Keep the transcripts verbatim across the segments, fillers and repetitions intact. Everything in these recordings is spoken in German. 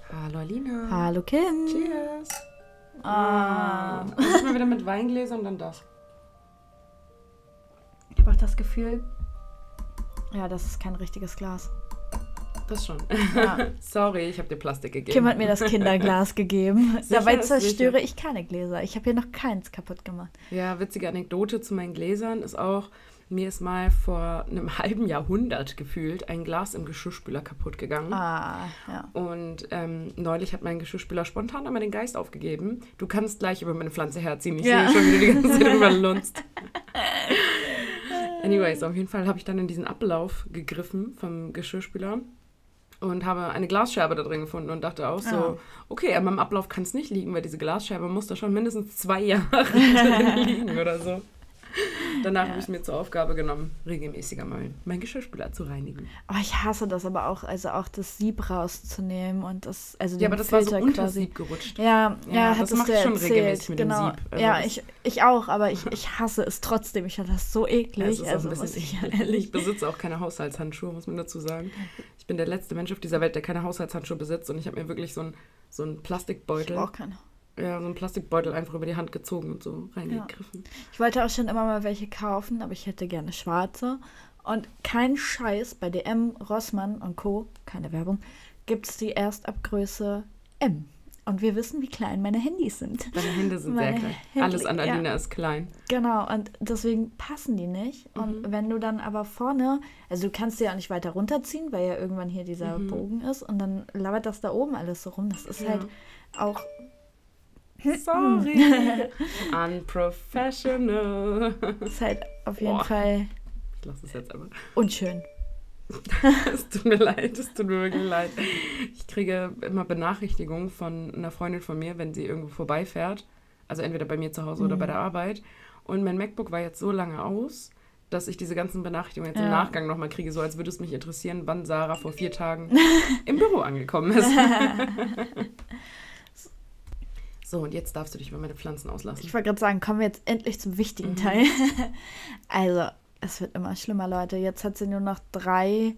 Hallo Alina. Hallo Kim. Cheers. Ah. Jetzt mal wieder mit Weingläsern und dann das. Ich habe auch das Gefühl, ja, das ist kein richtiges Glas. Das schon. Ja. Sorry, ich habe dir Plastik gegeben. Kim hat mir das Kinderglas gegeben. Sicher, Dabei ist zerstöre sicher. ich keine Gläser. Ich habe hier noch keins kaputt gemacht. Ja, witzige Anekdote zu meinen Gläsern ist auch, mir ist mal vor einem halben Jahrhundert gefühlt ein Glas im Geschirrspüler kaputt gegangen. Ah, ja. Und ähm, neulich hat mein Geschirrspüler spontan einmal den Geist aufgegeben. Du kannst gleich über meine Pflanze herziehen. Ich Ja. sehe schon, wie du die ganze Zeit drüber lunzt. Anyways, auf jeden Fall habe ich dann in diesen Ablauf gegriffen vom Geschirrspüler und habe eine Glasscherbe da drin gefunden und dachte auch so, Ah. okay, aber im Ablauf kann es nicht liegen, weil diese Glasscherbe muss da schon mindestens zwei Jahre drin liegen oder so. Danach Ja. habe ich es mir zur Aufgabe genommen, regelmäßiger mal mein Geschirrspüler zu reinigen. Oh, ich hasse das aber auch, also auch das Sieb rauszunehmen und das, also Ja, den aber das war so Filter unter quasi. Sieb gerutscht. Ja, Ja, ja, das hattest mache du ich schon erzählt. regelmäßig mit dem Genau. Sieb. Also ja, das- ich, ich auch, aber ich, ich hasse es trotzdem. Ich finde das so eklig. Es ist auch also ein bisschen muss ich ja eklig. Ich ehrlich. besitze auch keine Haushaltshandschuhe, muss man dazu sagen. Ich bin der letzte Mensch auf dieser Welt, der keine Haushaltshandschuhe besitzt und ich habe mir wirklich so einen so einen Ich Plastikbeutel, brauche keine. ja, so einen Plastikbeutel einfach über die Hand gezogen und so reingegriffen. Ich wollte auch schon immer mal welche kaufen, aber ich hätte gerne schwarze. Und kein Scheiß, bei D M, Rossmann und Co., keine Werbung, gibt es die erst ab Größe M. Und wir wissen, wie klein meine Handys sind. Deine Hände sind Meine sehr klein. Hände- Alles an ja. Alina ist klein. Genau, und deswegen passen die nicht. Und Mhm. wenn du dann aber vorne, also du kannst die ja auch nicht weiter runterziehen, weil ja irgendwann hier dieser Mhm. Bogen ist und dann labert das da oben alles so rum. Das ist Ja. halt auch, Sorry. Unprofessional. ist halt auf jeden Boah. Fall Ich lasse es jetzt aber. unschön. Es tut mir leid, es tut mir wirklich leid. Ich kriege immer Benachrichtigungen von einer Freundin von mir, wenn sie irgendwo vorbeifährt. Also entweder bei mir zu Hause oder Mhm. bei der Arbeit. Und mein MacBook war jetzt so lange aus, dass ich diese ganzen Benachrichtigungen jetzt im Ja. Nachgang nochmal kriege, so als würde es mich interessieren, wann Sarah vor vier Tagen im Büro angekommen ist. So, und jetzt darfst du dich über meine Pflanzen auslassen. Ich wollte gerade sagen, kommen wir jetzt endlich zum wichtigen Mhm. Teil. Also, es wird immer schlimmer, Leute. Jetzt hat sie nur noch drei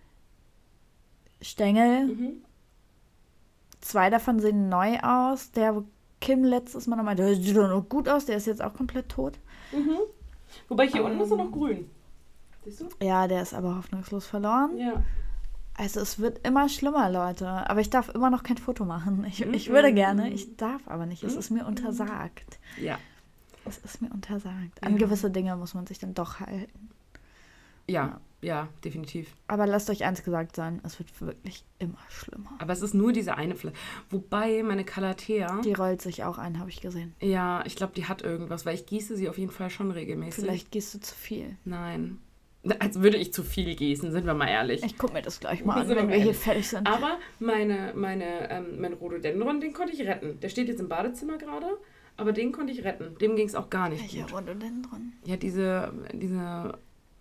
Stängel. Mhm. Zwei davon sehen neu aus. Der, wo Kim letztes Mal noch meinte, der sieht doch noch gut aus, der ist jetzt auch komplett tot. Mhm. Wobei hier unten ist er Ähm. noch grün. Siehst du? Ja, der ist aber hoffnungslos verloren. Ja. Also es wird immer schlimmer, Leute. Aber ich darf immer noch kein Foto machen. Ich, ich Mhm. würde gerne, ich darf aber nicht. Es Mhm. ist mir untersagt. Ja. Es ist mir untersagt. An Ja. gewisse Dinge muss man sich dann doch halten. Ja, ja, definitiv. Aber lasst euch eins gesagt sein, es wird wirklich immer schlimmer. Aber es ist nur diese eine Pflanze. Wobei meine Calathea, Die rollt sich auch ein, habe ich gesehen. ja, ich glaube, die hat irgendwas, weil ich gieße sie auf jeden Fall schon regelmäßig. Vielleicht gehst du zu viel. Nein. Als würde ich zu viel gießen, sind wir mal ehrlich. Ich guck mir das gleich mal an, Sind wir wenn mal wir hier ehrlich. fertig sind. Aber meine, meine, ähm, mein Rhododendron, den konnte ich retten. Der steht jetzt im Badezimmer gerade, aber den konnte ich retten. Dem ging es auch gar nicht Welcher gut. Rhododendron? Ja, diese, diese,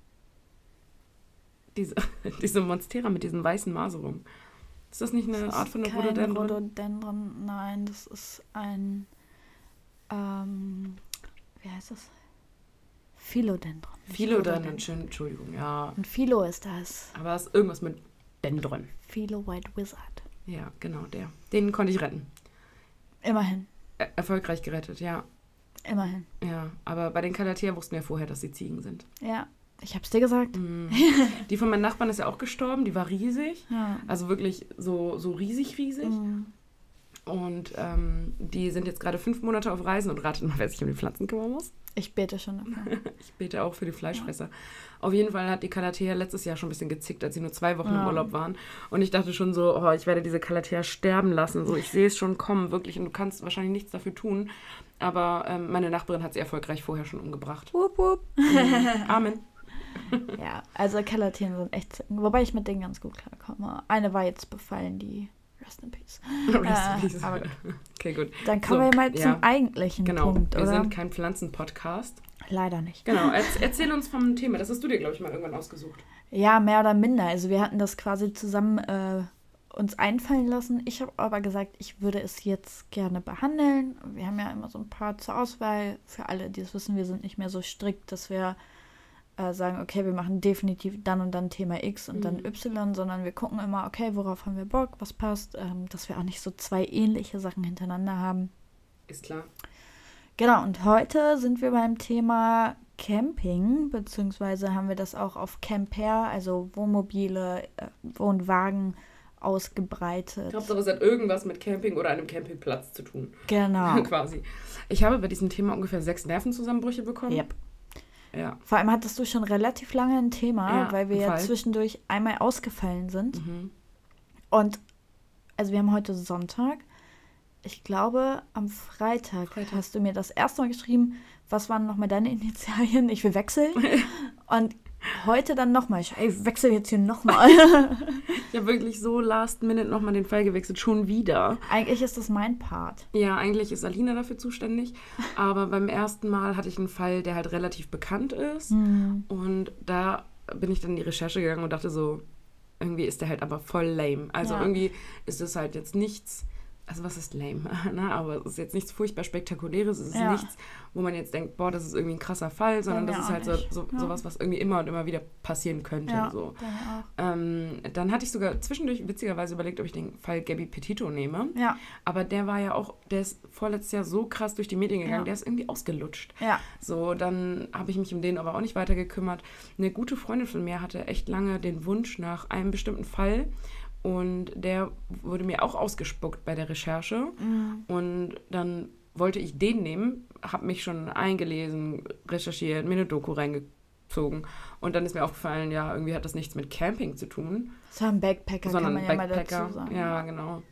diese, diese Monstera mit diesen weißen Maserungen. Ist das nicht eine Das Art von ist kein Rhododendron? Rhododendron, nein, das ist ein, ähm, wie heißt das? Philodendron. nicht Philodendron, Entschuldigung, ja. Und Philo ist das. Aber es ist irgendwas mit Dendron. Philo White Wizard. Ja, genau, der. Den konnte ich retten. Immerhin, Er erfolgreich gerettet, ja. immerhin. Ja, aber bei den Calathea wussten wir vorher, dass sie Ziegen sind. Ja, ich hab's dir gesagt. Mhm. Die von meinen Nachbarn ist ja auch gestorben, die war riesig. Ja. Also wirklich so, so riesig, riesig. Mhm. Und ähm, die sind jetzt gerade fünf Monate auf Reisen und ratet mal, wer sich um die Pflanzen kümmern muss. Ich bete schon dafür. Ich bete auch für die Fleischfresser. Auf jeden Fall hat die Calathea letztes Jahr schon ein bisschen gezickt, als sie nur zwei Wochen im Ja. Urlaub waren. Und ich dachte schon so, oh, ich werde diese Calathea sterben lassen. So, ich sehe es schon kommen, wirklich. Und du kannst wahrscheinlich nichts dafür tun. Aber ähm, meine Nachbarin hat sie erfolgreich vorher schon umgebracht. Wupp, wupp. Mhm. Amen. Ja, also Calatheen sind echt Zicken. Wobei ich mit denen ganz gut klarkomme. Eine war jetzt befallen, die Rest in Peace. Rest in Äh, peace. aber- Okay, gut. Dann kommen So, wir mal ja. zum eigentlichen Genau, Punkt, wir oder? sind kein Pflanzen-Podcast. Leider nicht. Genau, erz- erzähl uns vom Thema. Das hast du dir, glaube ich, mal irgendwann ausgesucht. Ja, mehr oder minder. Also wir hatten das quasi zusammen äh, uns einfallen lassen. Ich habe aber gesagt, ich würde es jetzt gerne behandeln. Wir haben ja immer so ein paar zur Auswahl. Für alle, die es wissen, wir sind nicht mehr so strikt, dass wir äh, sagen, okay, wir machen definitiv dann und dann Thema X und Mhm. dann Y, sondern wir gucken immer, okay, worauf haben wir Bock, was passt, ähm, dass wir auch nicht so zwei ähnliche Sachen hintereinander haben. Ist klar. Genau, und heute sind wir beim Thema Camping, beziehungsweise haben wir das auch auf Camper, also Wohnmobile, äh, Wohnwagen ausgebreitet. Hauptsache, es hat irgendwas mit Camping oder einem Campingplatz zu tun. Genau. Quasi. Ich habe bei diesem Thema ungefähr sechs Nervenzusammenbrüche bekommen. Yep. Ja. Vor allem hattest du schon relativ lange ein Thema, Ja, weil wir ein ja Fall. zwischendurch einmal ausgefallen sind. Mhm. Und also wir haben heute Sonntag. Ich glaube, am Freitag, Freitag. hast du mir das erste Mal geschrieben, was waren nochmal deine Initialien? Ich will wechseln. Und heute dann nochmal. Ich ey, wechsel jetzt hier nochmal. Ich habe wirklich so last minute nochmal den Fall gewechselt, schon wieder. Eigentlich ist das mein Part. Ja, eigentlich ist Alina dafür zuständig, aber beim ersten Mal hatte ich einen Fall, der halt relativ bekannt ist Hm. und da bin ich dann in die Recherche gegangen und dachte so, irgendwie ist der halt aber voll lame. Also Ja. irgendwie ist es halt jetzt nichts, also was ist lame? ne? Aber es ist jetzt nichts furchtbar Spektakuläres, es ist Ja. nichts, wo man jetzt denkt, boah, das ist irgendwie ein krasser Fall, sondern Bei das mir ist auch halt so, nicht. so, Ja. sowas, was irgendwie immer und immer wieder passieren könnte. Ja, So. bei mir auch. Ähm, dann hatte ich sogar zwischendurch witzigerweise überlegt, ob ich den Fall Gabby Petito nehme. Ja, Aber der war ja auch, der ist vorletztes Jahr so krass durch die Medien gegangen, Ja. der ist irgendwie ausgelutscht. ja. So, dann habe ich mich um den aber auch nicht weiter gekümmert. Eine gute Freundin von mir hatte echt lange den Wunsch nach einem bestimmten Fall und der wurde mir auch ausgespuckt bei der Recherche. Mhm. Und dann wollte ich den nehmen, habe mich schon eingelesen, recherchiert, mir eine Doku reingezogen. Und dann ist mir aufgefallen, ja, irgendwie hat das nichts mit Camping zu tun, Das war ein Backpacker, sondern kann man ja mal Backpacker. dazu sagen. Ja, genau.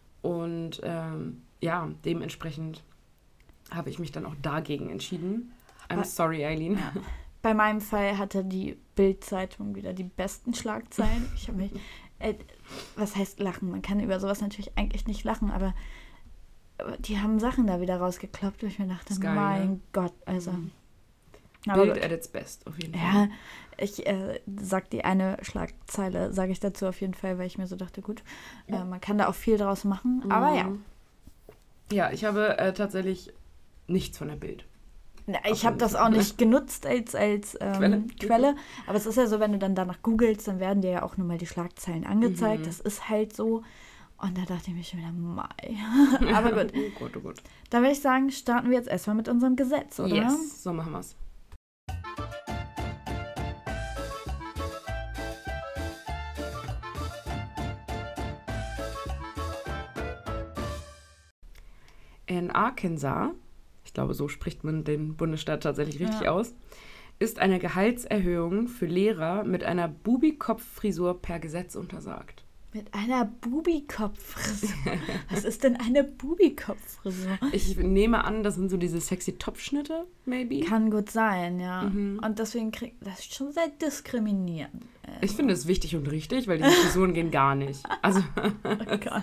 Und ähm, ja, dementsprechend habe ich mich dann auch dagegen entschieden. I'm Aber- sorry, Eileen. Ja. Bei meinem Fall hatte die Bild-Zeitung wieder die besten Schlagzeilen. Ich habe mich, äh, was heißt lachen? Man kann über sowas natürlich eigentlich nicht lachen, aber aber die haben Sachen da wieder rausgekloppt, wo ich mir dachte, Ist geil, mein ne? Gott, also. Aber Bild gut. at its best, auf jeden Fall. Ja, ich äh, sag die eine Schlagzeile, sage ich dazu auf jeden Fall, weil ich mir so dachte, gut, Ja. äh, man kann da auch viel draus machen, aber ja. Mhm. Ja, ich habe äh, tatsächlich nichts von der Bild. Na, Auf ich habe jeden das Fall. auch nicht genutzt als, als ähm, Quelle. Quelle. Aber es ist ja so, wenn du dann danach googelst, dann werden dir ja auch nur mal die Schlagzeilen angezeigt. Mhm. Das ist halt so. Und da dachte ich mir schon wieder, mei. Aber gut, Oh Gott, oh Gott. dann würde ich sagen, starten wir jetzt erstmal mit unserem Gesetz, oder? Yes, so machen wir's. In Arkansas, ich glaube, so spricht man den Bundesstaat tatsächlich richtig Ja. aus, ist eine Gehaltserhöhung für Lehrer mit einer Bubikopffrisur per Gesetz untersagt. Mit einer Bubikopffrisur. Was ist denn eine Bubikopffrisur? Ich nehme an, das sind so diese sexy Topfschnitte, maybe. Kann gut sein, ja. Mhm. Und deswegen kriegt das ist schon sehr diskriminierend. Äh, Ich finde es wichtig und richtig, weil diese Frisuren gehen gar nicht. Also, oh Gott.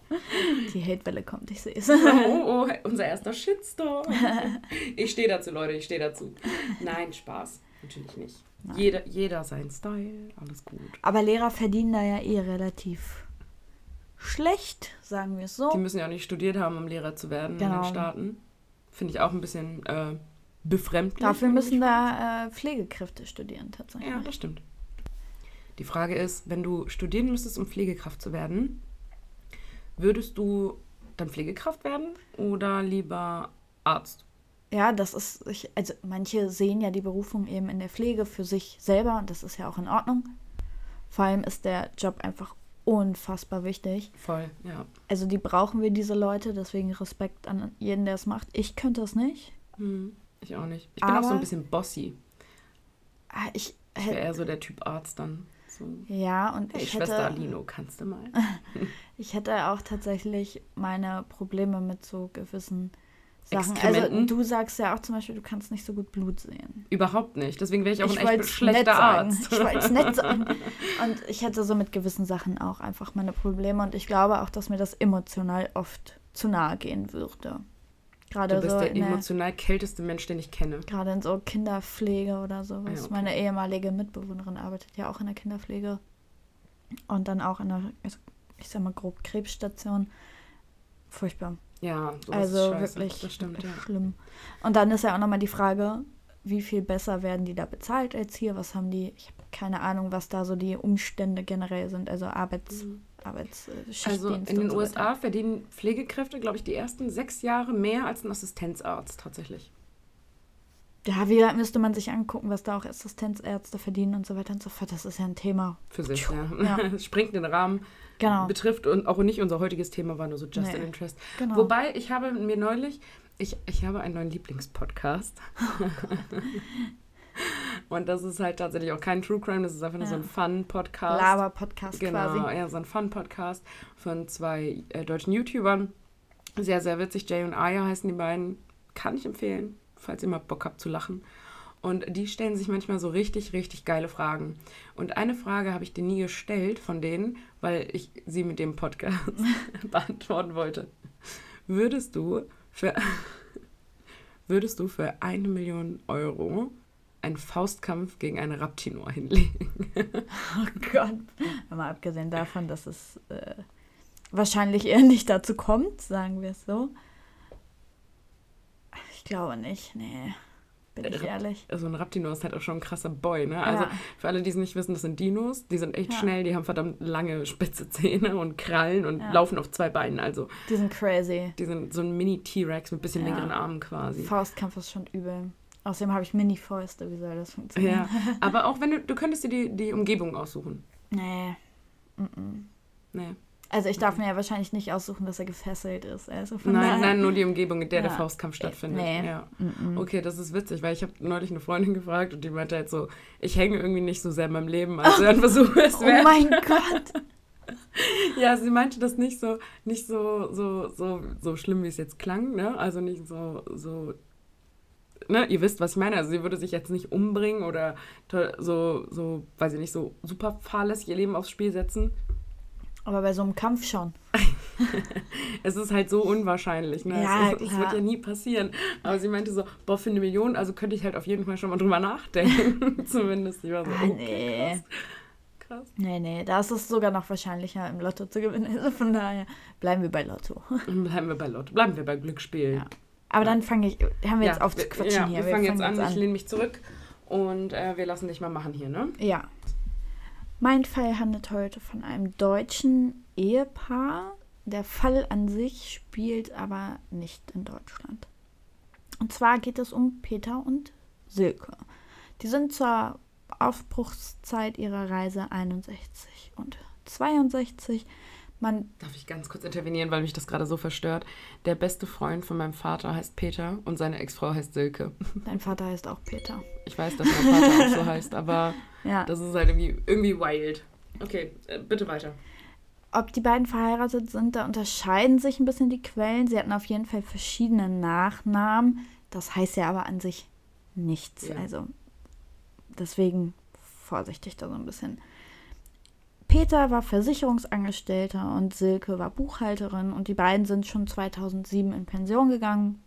Die Hatewelle kommt, ich sehe es. oh, oh, unser erster Shitstorm. Ich stehe dazu, Leute, ich stehe dazu. Nein, Spaß. Natürlich nicht. Jeder, jeder sein Style, alles gut. Aber Lehrer verdienen da ja eh relativ schlecht, sagen wir es so. Die müssen ja auch nicht studiert haben, um Lehrer zu werden in Genau. den Staaten. Finde ich auch ein bisschen äh, befremdlich. Dafür wenn müssen ich- da äh, Pflegekräfte studieren, tatsächlich. Ja, das stimmt. Die Frage ist, wenn du studieren müsstest, um Pflegekraft zu werden, würdest du dann Pflegekraft werden oder lieber Arzt? Ja, das ist, ich, also manche sehen ja die Berufung eben in der Pflege für sich selber und das ist ja auch in Ordnung. Vor allem ist der Job einfach unfassbar wichtig. Voll, ja. Also die brauchen wir, diese Leute, deswegen Respekt an jeden, der es macht. Ich könnte es nicht. Hm, ich auch nicht. Ich bin auch so Aber- ein bisschen bossy. Ah, Ich, Ich wäre eher so der Typ Arzt dann. So. ja, und Hey, ich Schwester hätte, Alino, kannst du mal? ich hätte auch tatsächlich meine Probleme mit so gewissen Sachen. Also Exkrementen? du sagst ja auch zum Beispiel, du kannst nicht so gut Blut sehen. Überhaupt nicht. Deswegen wäre ich auch ein echt wollt's schlechter nett sagen. Arzt. Ich wollte es nett sagen. Und ich hätte so mit gewissen Sachen auch einfach meine Probleme. Und ich glaube auch, dass mir das emotional oft zu nahe gehen würde. Gerade Du bist so der in der, emotional kälteste Mensch, den ich kenne. gerade in so Kinderpflege oder sowas. Ja, okay. Meine ehemalige Mitbewohnerin arbeitet ja auch in der Kinderpflege. Und dann auch in einer, also ich sag mal grob Krebsstation. Furchtbar. Ja, sowas Also ist scheiße. wirklich, Das stimmt, wirklich ja. schlimm. Und dann ist ja auch nochmal die Frage, wie viel besser werden die da bezahlt als hier? Was haben die? Ich habe keine Ahnung, was da so die Umstände generell sind. Also Arbeits, Mhm. Arbeitsschichtdienst. Also in den und so U S A weiter. verdienen Pflegekräfte, glaube ich, die ersten sechs Jahre mehr als ein Assistenzarzt tatsächlich. Ja, wie müsste man sich angucken, was da auch Assistenzärzte verdienen und so weiter und so fort. Das ist ja ein Thema. Für sich, ja. Ja. Es springt den Rahmen, Genau. betrifft und auch nicht unser heutiges Thema, war nur so Just Nee. in Interest. Genau. Wobei, ich habe mir neulich, ich, ich habe einen neuen Lieblingspodcast. Und das ist halt tatsächlich auch kein True Crime, das ist einfach nur Ja. so ein Fun-Podcast. Laber-Podcast Genau, quasi. ja, so ein Fun-Podcast von zwei äh, deutschen YouTubern. Sehr, sehr witzig. Jay und Aya heißen die beiden. Kann ich empfehlen, falls ihr mal Bock habt zu lachen. Und die stellen sich manchmal so richtig, richtig geile Fragen. Und eine Frage habe ich dir nie gestellt von denen, weil ich sie mit dem Podcast beantworten wollte. Würdest du für, würdest du für eine Million Euro einen Faustkampf gegen eine Raptinor hinlegen? Oh Gott. Mal abgesehen davon, dass es äh, wahrscheinlich eher nicht dazu kommt, sagen wir es so. Ich glaube nicht, nee. Bin ich Rap- ehrlich. Also ein Raptinor ist halt auch schon ein krasser Boy, ne? Also Ja. für alle, die es nicht wissen, das sind Dinos. Die sind echt Ja. schnell, die haben verdammt lange spitze Zähne und Krallen und Ja. laufen auf zwei Beinen. Also Die sind crazy. die sind so ein Mini-T-Rex mit bisschen Ja. längeren Armen quasi. Faustkampf ist schon übel. Außerdem habe ich Mini-Fäuste. Wie soll das funktionieren? Ja, aber auch wenn du, du könntest dir die, die Umgebung aussuchen. Nee. Mm-mm. Nee. Also ich darf mir ja wahrscheinlich nicht aussuchen, dass er gefesselt ist. Also von Nein, daher. nein, nur die Umgebung, in der der Ja. Faustkampf stattfindet. Nee. Ja. Mm-mm. Okay, das ist witzig, weil ich habe neulich eine Freundin gefragt und die meinte halt so, ich hänge irgendwie nicht so sehr in meinem Leben, also ein Versuch es Oh wert. mein Gott. Ja, sie meinte das nicht so, nicht so, so, so, so schlimm, wie es jetzt klang, ne? Also nicht so, so, ne? Ihr wisst, was ich meine. Also sie würde sich jetzt nicht umbringen oder to- so, so, weiß ich nicht, so super fahrlässig ihr Leben aufs Spiel setzen. Aber bei so einem Kampf schon. Es ist halt so unwahrscheinlich, ne? Ja, es, es klar. wird ja nie passieren. Aber sie meinte so, boah, für eine Million, also könnte ich halt auf jeden Fall schon mal drüber nachdenken. Zumindest. Ich war so, Ah, okay, nee. krass. Krass. Nee, nee, da ist es sogar noch wahrscheinlicher, im Lotto zu gewinnen. Also von daher bleiben wir bei Lotto. Und bleiben wir bei Lotto. Bleiben wir bei Glücksspiel. Ja. Aber dann fange ich, hören wir jetzt auf zu wir- quatschen ja, hier. Wir fangen jetzt an, ich lehne mich zurück und äh, wir lassen dich mal machen hier, ne? Ja. Mein Fall handelt heute von einem deutschen Ehepaar. Der Fall an sich spielt aber nicht in Deutschland. Und zwar geht es um Peter und Silke. Die sind zur Aufbruchszeit ihrer Reise einundsechzig und zweiundsechzig. Man, Darf ich ganz kurz intervenieren, weil mich das gerade so verstört? Der beste Freund von meinem Vater heißt Peter und seine Ex-Frau heißt Silke. dein Vater heißt auch Peter. Ich weiß, dass mein Vater auch so heißt, aber Ja. das ist halt irgendwie, irgendwie wild. Okay, äh, bitte weiter. Ob die beiden verheiratet sind, da unterscheiden sich ein bisschen die Quellen. Sie hatten auf jeden Fall verschiedene Nachnamen. Das heißt ja aber an sich nichts. Ja. Also deswegen vorsichtig da so ein bisschen. Peter war Versicherungsangestellter und Silke war Buchhalterin und die beiden sind schon zweitausendsieben in Pension gegangen,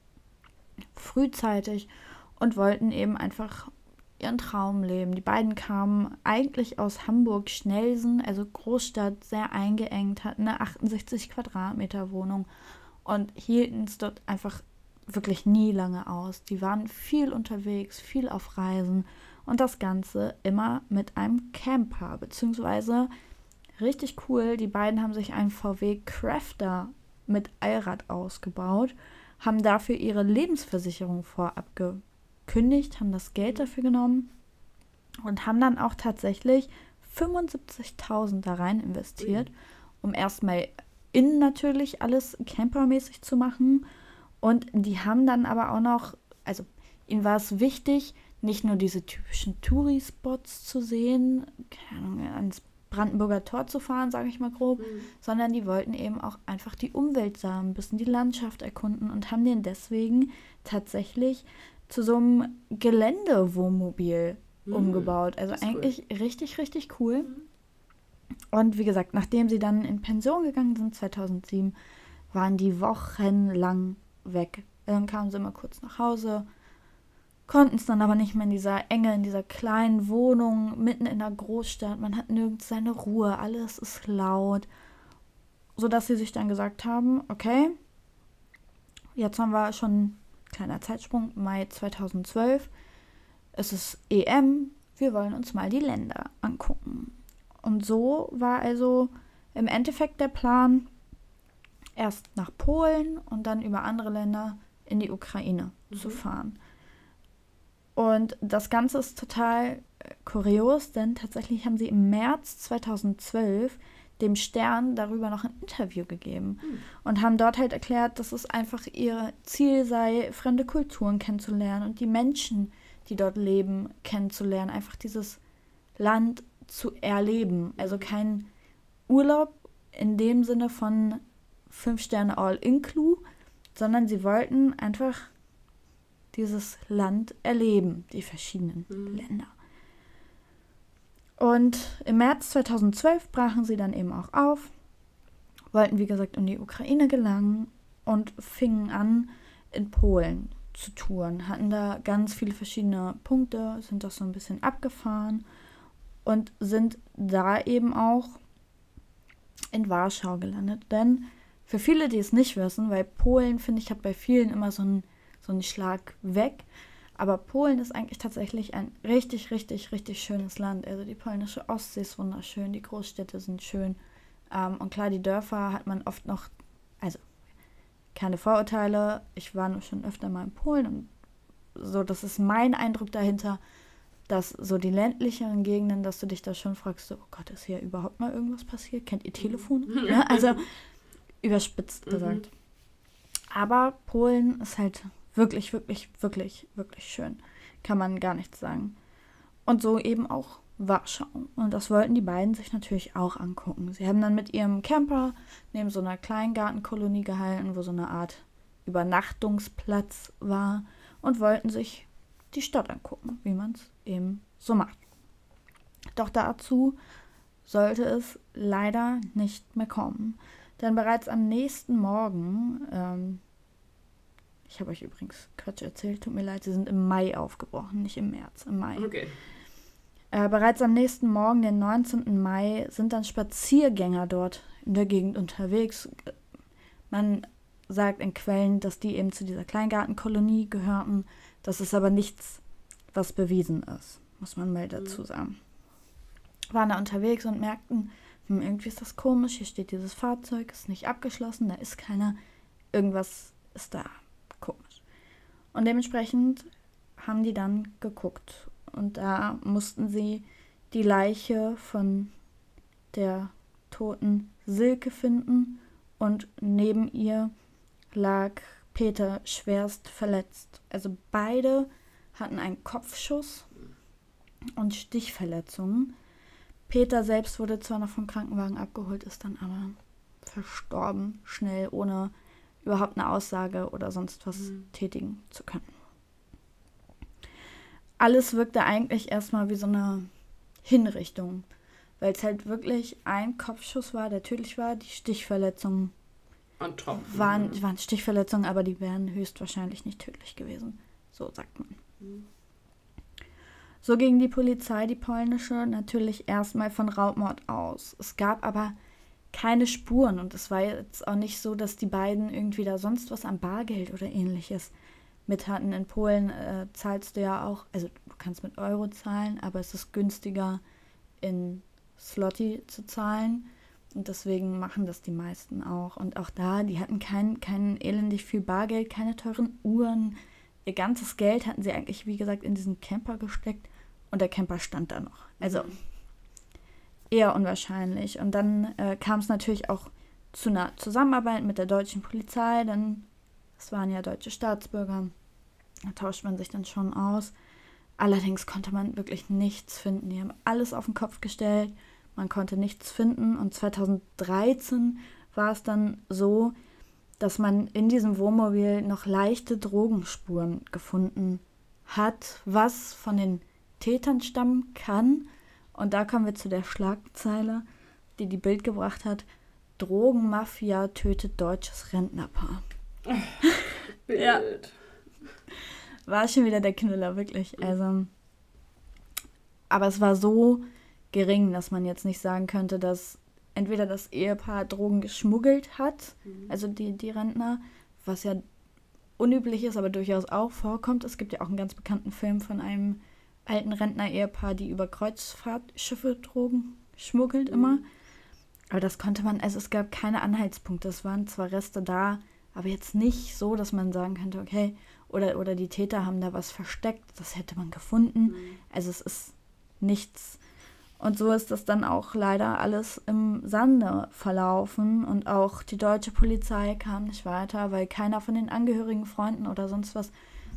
frühzeitig, und wollten eben einfach ihren Traum leben. Die beiden kamen eigentlich aus Hamburg-Schnelsen, also Großstadt, sehr eingeengt, hatten eine achtundsechzig Quadratmeter Wohnung und hielten es dort einfach wirklich nie lange aus. Die waren viel unterwegs, viel auf Reisen und das Ganze immer mit einem Camper, beziehungsweise richtig cool, die beiden haben sich einen V W Crafter mit Allrad ausgebaut, haben dafür ihre Lebensversicherung vorab gekündigt, haben das Geld dafür genommen und haben dann auch tatsächlich fünfundsiebzigtausend da rein investiert, um erstmal innen natürlich alles campermäßig zu machen. Und die haben dann aber auch noch, also ihnen war es wichtig, nicht nur diese typischen Touri-Spots zu sehen, keine Ahnung, ans Brandenburger Tor zu fahren, sage ich mal grob, Mhm. sondern die wollten eben auch einfach die Umwelt sahen, ein bisschen die Landschaft erkunden und haben den deswegen tatsächlich zu so einem Geländewohnmobil Mhm. umgebaut. Also Das ist eigentlich richtig, richtig cool. Und wie gesagt, nachdem sie dann in Pension gegangen sind, zweitausendsieben, waren die wochenlang weg. Dann kamen sie immer kurz nach Hause, konnten es dann aber nicht mehr in dieser Enge, in dieser kleinen Wohnung, mitten in der Großstadt. Man hat nirgends seine Ruhe, alles ist laut. Sodass sie sich dann gesagt haben, okay, jetzt haben wir schon, kleiner Zeitsprung, Mai zweitausendzwölf, es ist E M, wir wollen uns mal die Länder angucken. Und so war also im Endeffekt der Plan, erst nach Polen und dann über andere Länder in die Ukraine mhm. zu fahren. Und das Ganze ist total kurios, denn tatsächlich haben sie im März zweitausendzwölf dem Stern darüber noch ein Interview gegeben mhm. und haben dort halt erklärt, dass es einfach ihr Ziel sei, fremde Kulturen kennenzulernen und die Menschen, die dort leben, kennenzulernen, einfach dieses Land zu erleben. Also kein Urlaub in dem Sinne von fünf Sterne All-Inclu, sondern sie wollten einfach dieses Land erleben, die verschiedenen mhm. Länder. Und im März zweitausendzwölf brachen sie dann eben auch auf, wollten wie gesagt in die Ukraine gelangen und fingen an, in Polen zu touren, hatten da ganz viele verschiedene Punkte, sind das so ein bisschen abgefahren und sind da eben auch in Warschau gelandet. Denn für viele, die es nicht wissen, weil Polen, finde ich, hat bei vielen immer so einen, so einen Schlag weg, aber Polen ist eigentlich tatsächlich ein richtig, richtig, richtig schönes Land. Also die polnische Ostsee ist wunderschön, die Großstädte sind schön. Ähm, und klar, die Dörfer hat man oft noch, also keine Vorurteile, ich war nur schon öfter mal in Polen und so, das ist mein Eindruck dahinter, dass so die ländlicheren Gegenden, dass du dich da schon fragst, so, oh Gott, ist hier überhaupt mal irgendwas passiert? Kennt ihr Telefone? Ja, also überspitzt gesagt. Mhm. Aber Polen ist halt wirklich, wirklich, wirklich, wirklich schön. Kann man gar nichts sagen. Und so eben auch Warschau. Und das wollten die beiden sich natürlich auch angucken. Sie haben dann mit ihrem Camper neben so einer Kleingartenkolonie gehalten, wo so eine Art Übernachtungsplatz war und wollten sich die Stadt angucken, wie man es eben so macht. Doch dazu sollte es leider nicht mehr kommen. Denn bereits am nächsten Morgen, ähm, ich habe euch übrigens Quatsch erzählt, tut mir leid, sie sind im Mai aufgebrochen, nicht im März, im Mai. Okay. Äh, bereits am nächsten Morgen, den neunzehnten Mai, sind dann Spaziergänger dort in der Gegend unterwegs. Man sagt in Quellen, dass die eben zu dieser Kleingartenkolonie gehörten. Das ist aber nichts, was bewiesen ist, muss man mal dazu sagen. Waren da unterwegs und merkten, hm, irgendwie ist das komisch, hier steht dieses Fahrzeug, ist nicht abgeschlossen, da ist keiner, irgendwas ist da komisch. Und dementsprechend haben die dann geguckt und da mussten sie die Leiche von der toten Silke finden und neben ihr lag Peter schwerst verletzt. Also beide hatten einen Kopfschuss und Stichverletzungen. Peter selbst wurde zwar noch vom Krankenwagen abgeholt, ist dann aber verstorben, schnell, ohne überhaupt eine Aussage oder sonst was mhm. tätigen zu können. Alles wirkte eigentlich erstmal wie so eine Hinrichtung, weil es halt wirklich ein Kopfschuss war, der tödlich war. Die Stichverletzungen waren, waren Stichverletzungen, aber die wären höchstwahrscheinlich nicht tödlich gewesen. So sagt man. Mhm. So ging die Polizei, die polnische, natürlich erstmal von Raubmord aus. Es gab aber keine Spuren und es war jetzt auch nicht so, dass die beiden irgendwie da sonst was an Bargeld oder ähnliches mit hatten. In Polen äh, zahlst du ja auch, also du kannst mit Euro zahlen, aber es ist günstiger in Zloty zu zahlen und deswegen machen das die meisten auch. Und auch da, die hatten kein, kein elendig viel Bargeld, keine teuren Uhren. Ihr ganzes Geld hatten sie eigentlich, wie gesagt, in diesen Camper gesteckt und der Camper stand da noch. Also eher unwahrscheinlich. Und dann äh, kam es natürlich auch zu einer Zusammenarbeit mit der deutschen Polizei, denn es waren ja deutsche Staatsbürger. Da tauscht man sich dann schon aus. Allerdings konnte man wirklich nichts finden. Die haben alles auf den Kopf gestellt. Man konnte nichts finden. Und zweitausenddreizehn war es dann so, dass man in diesem Wohnmobil noch leichte Drogenspuren gefunden hat, was von den Tätern stammen kann. Und da kommen wir zu der Schlagzeile, die die Bild gebracht hat. Drogenmafia tötet deutsches Rentnerpaar. Bild. Ja. War schon wieder der Knüller, wirklich. Also, aber es war so gering, dass man jetzt nicht sagen könnte, dass entweder das Ehepaar Drogen geschmuggelt hat, mhm. also die, die Rentner, was ja unüblich ist, aber durchaus auch vorkommt. Es gibt ja auch einen ganz bekannten Film von einem alten Rentner-Ehepaar, die über Kreuzfahrtschiffe Drogen schmuggelt immer. Aber das konnte man, also es gab keine Anhaltspunkte. Es waren zwar Reste da, aber jetzt nicht so, dass man sagen könnte, okay, oder, oder die Täter haben da was versteckt, das hätte man gefunden. Mhm. Also es ist nichts. Und so ist das dann auch leider alles im Sande verlaufen. Und auch die deutsche Polizei kam nicht weiter, weil keiner von den Angehörigen, Freunden oder sonst was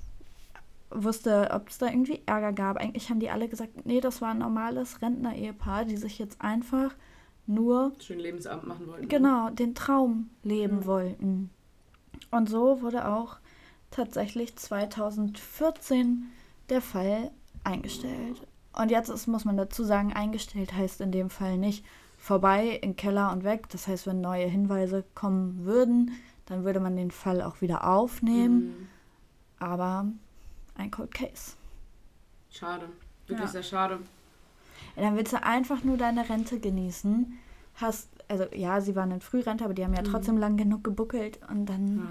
wusste, ob es da irgendwie Ärger gab. Eigentlich haben die alle gesagt, nee, das war ein normales Rentner-Ehepaar, die sich jetzt einfach nur schön Lebensabend machen wollten. Genau, den Traum leben mhm. wollten. Und so wurde auch tatsächlich zweitausendvierzehn der Fall eingestellt. Und jetzt ist, muss man dazu sagen, eingestellt heißt in dem Fall nicht vorbei, in Keller und weg. Das heißt, wenn neue Hinweise kommen würden, dann würde man den Fall auch wieder aufnehmen. Mhm. Aber ein Cold Case. Schade. Wirklich ja. sehr schade. Ja, dann willst du einfach nur deine Rente genießen. Hast, also ja, sie waren in Frührente, aber die haben ja mhm. trotzdem lang genug gebuckelt und dann...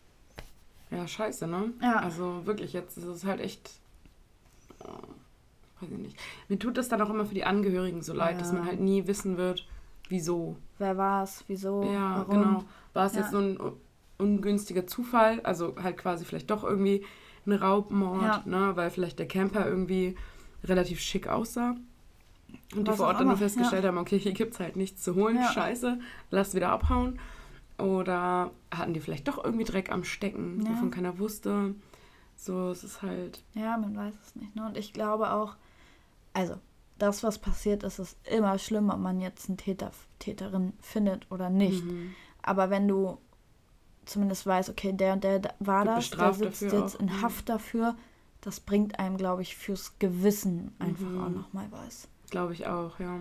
Ja, ja scheiße, ne? Ja. Also wirklich, jetzt ist es halt echt... Oh. Weiß ich nicht. Mir tut das dann auch immer für die Angehörigen so leid, ja. dass man halt nie wissen wird, wieso. Wer war es, wieso, ja, warum. Genau. War es ja. jetzt so ein ungünstiger Zufall, also halt quasi vielleicht doch irgendwie ein Raubmord, ja. ne, weil vielleicht der Camper irgendwie relativ schick aussah und Was die vor Ort dann nur festgestellt ja. haben, okay, hier gibt's halt nichts zu holen, ja. scheiße, lass wieder abhauen. Oder hatten die vielleicht doch irgendwie Dreck am Stecken, ja. wovon keiner wusste. So, es ist halt... Ja, man weiß es nicht. Ne? Und ich glaube auch, also, das, was passiert ist, ist immer schlimm, ob man jetzt einen Täter, Täterin findet oder nicht. Mhm. Aber wenn du zumindest weißt, okay, der und der war das, der sitzt jetzt auch. in Haft dafür, das bringt einem, glaube ich, fürs Gewissen einfach mhm. auch nochmal was. Glaube ich auch, ja.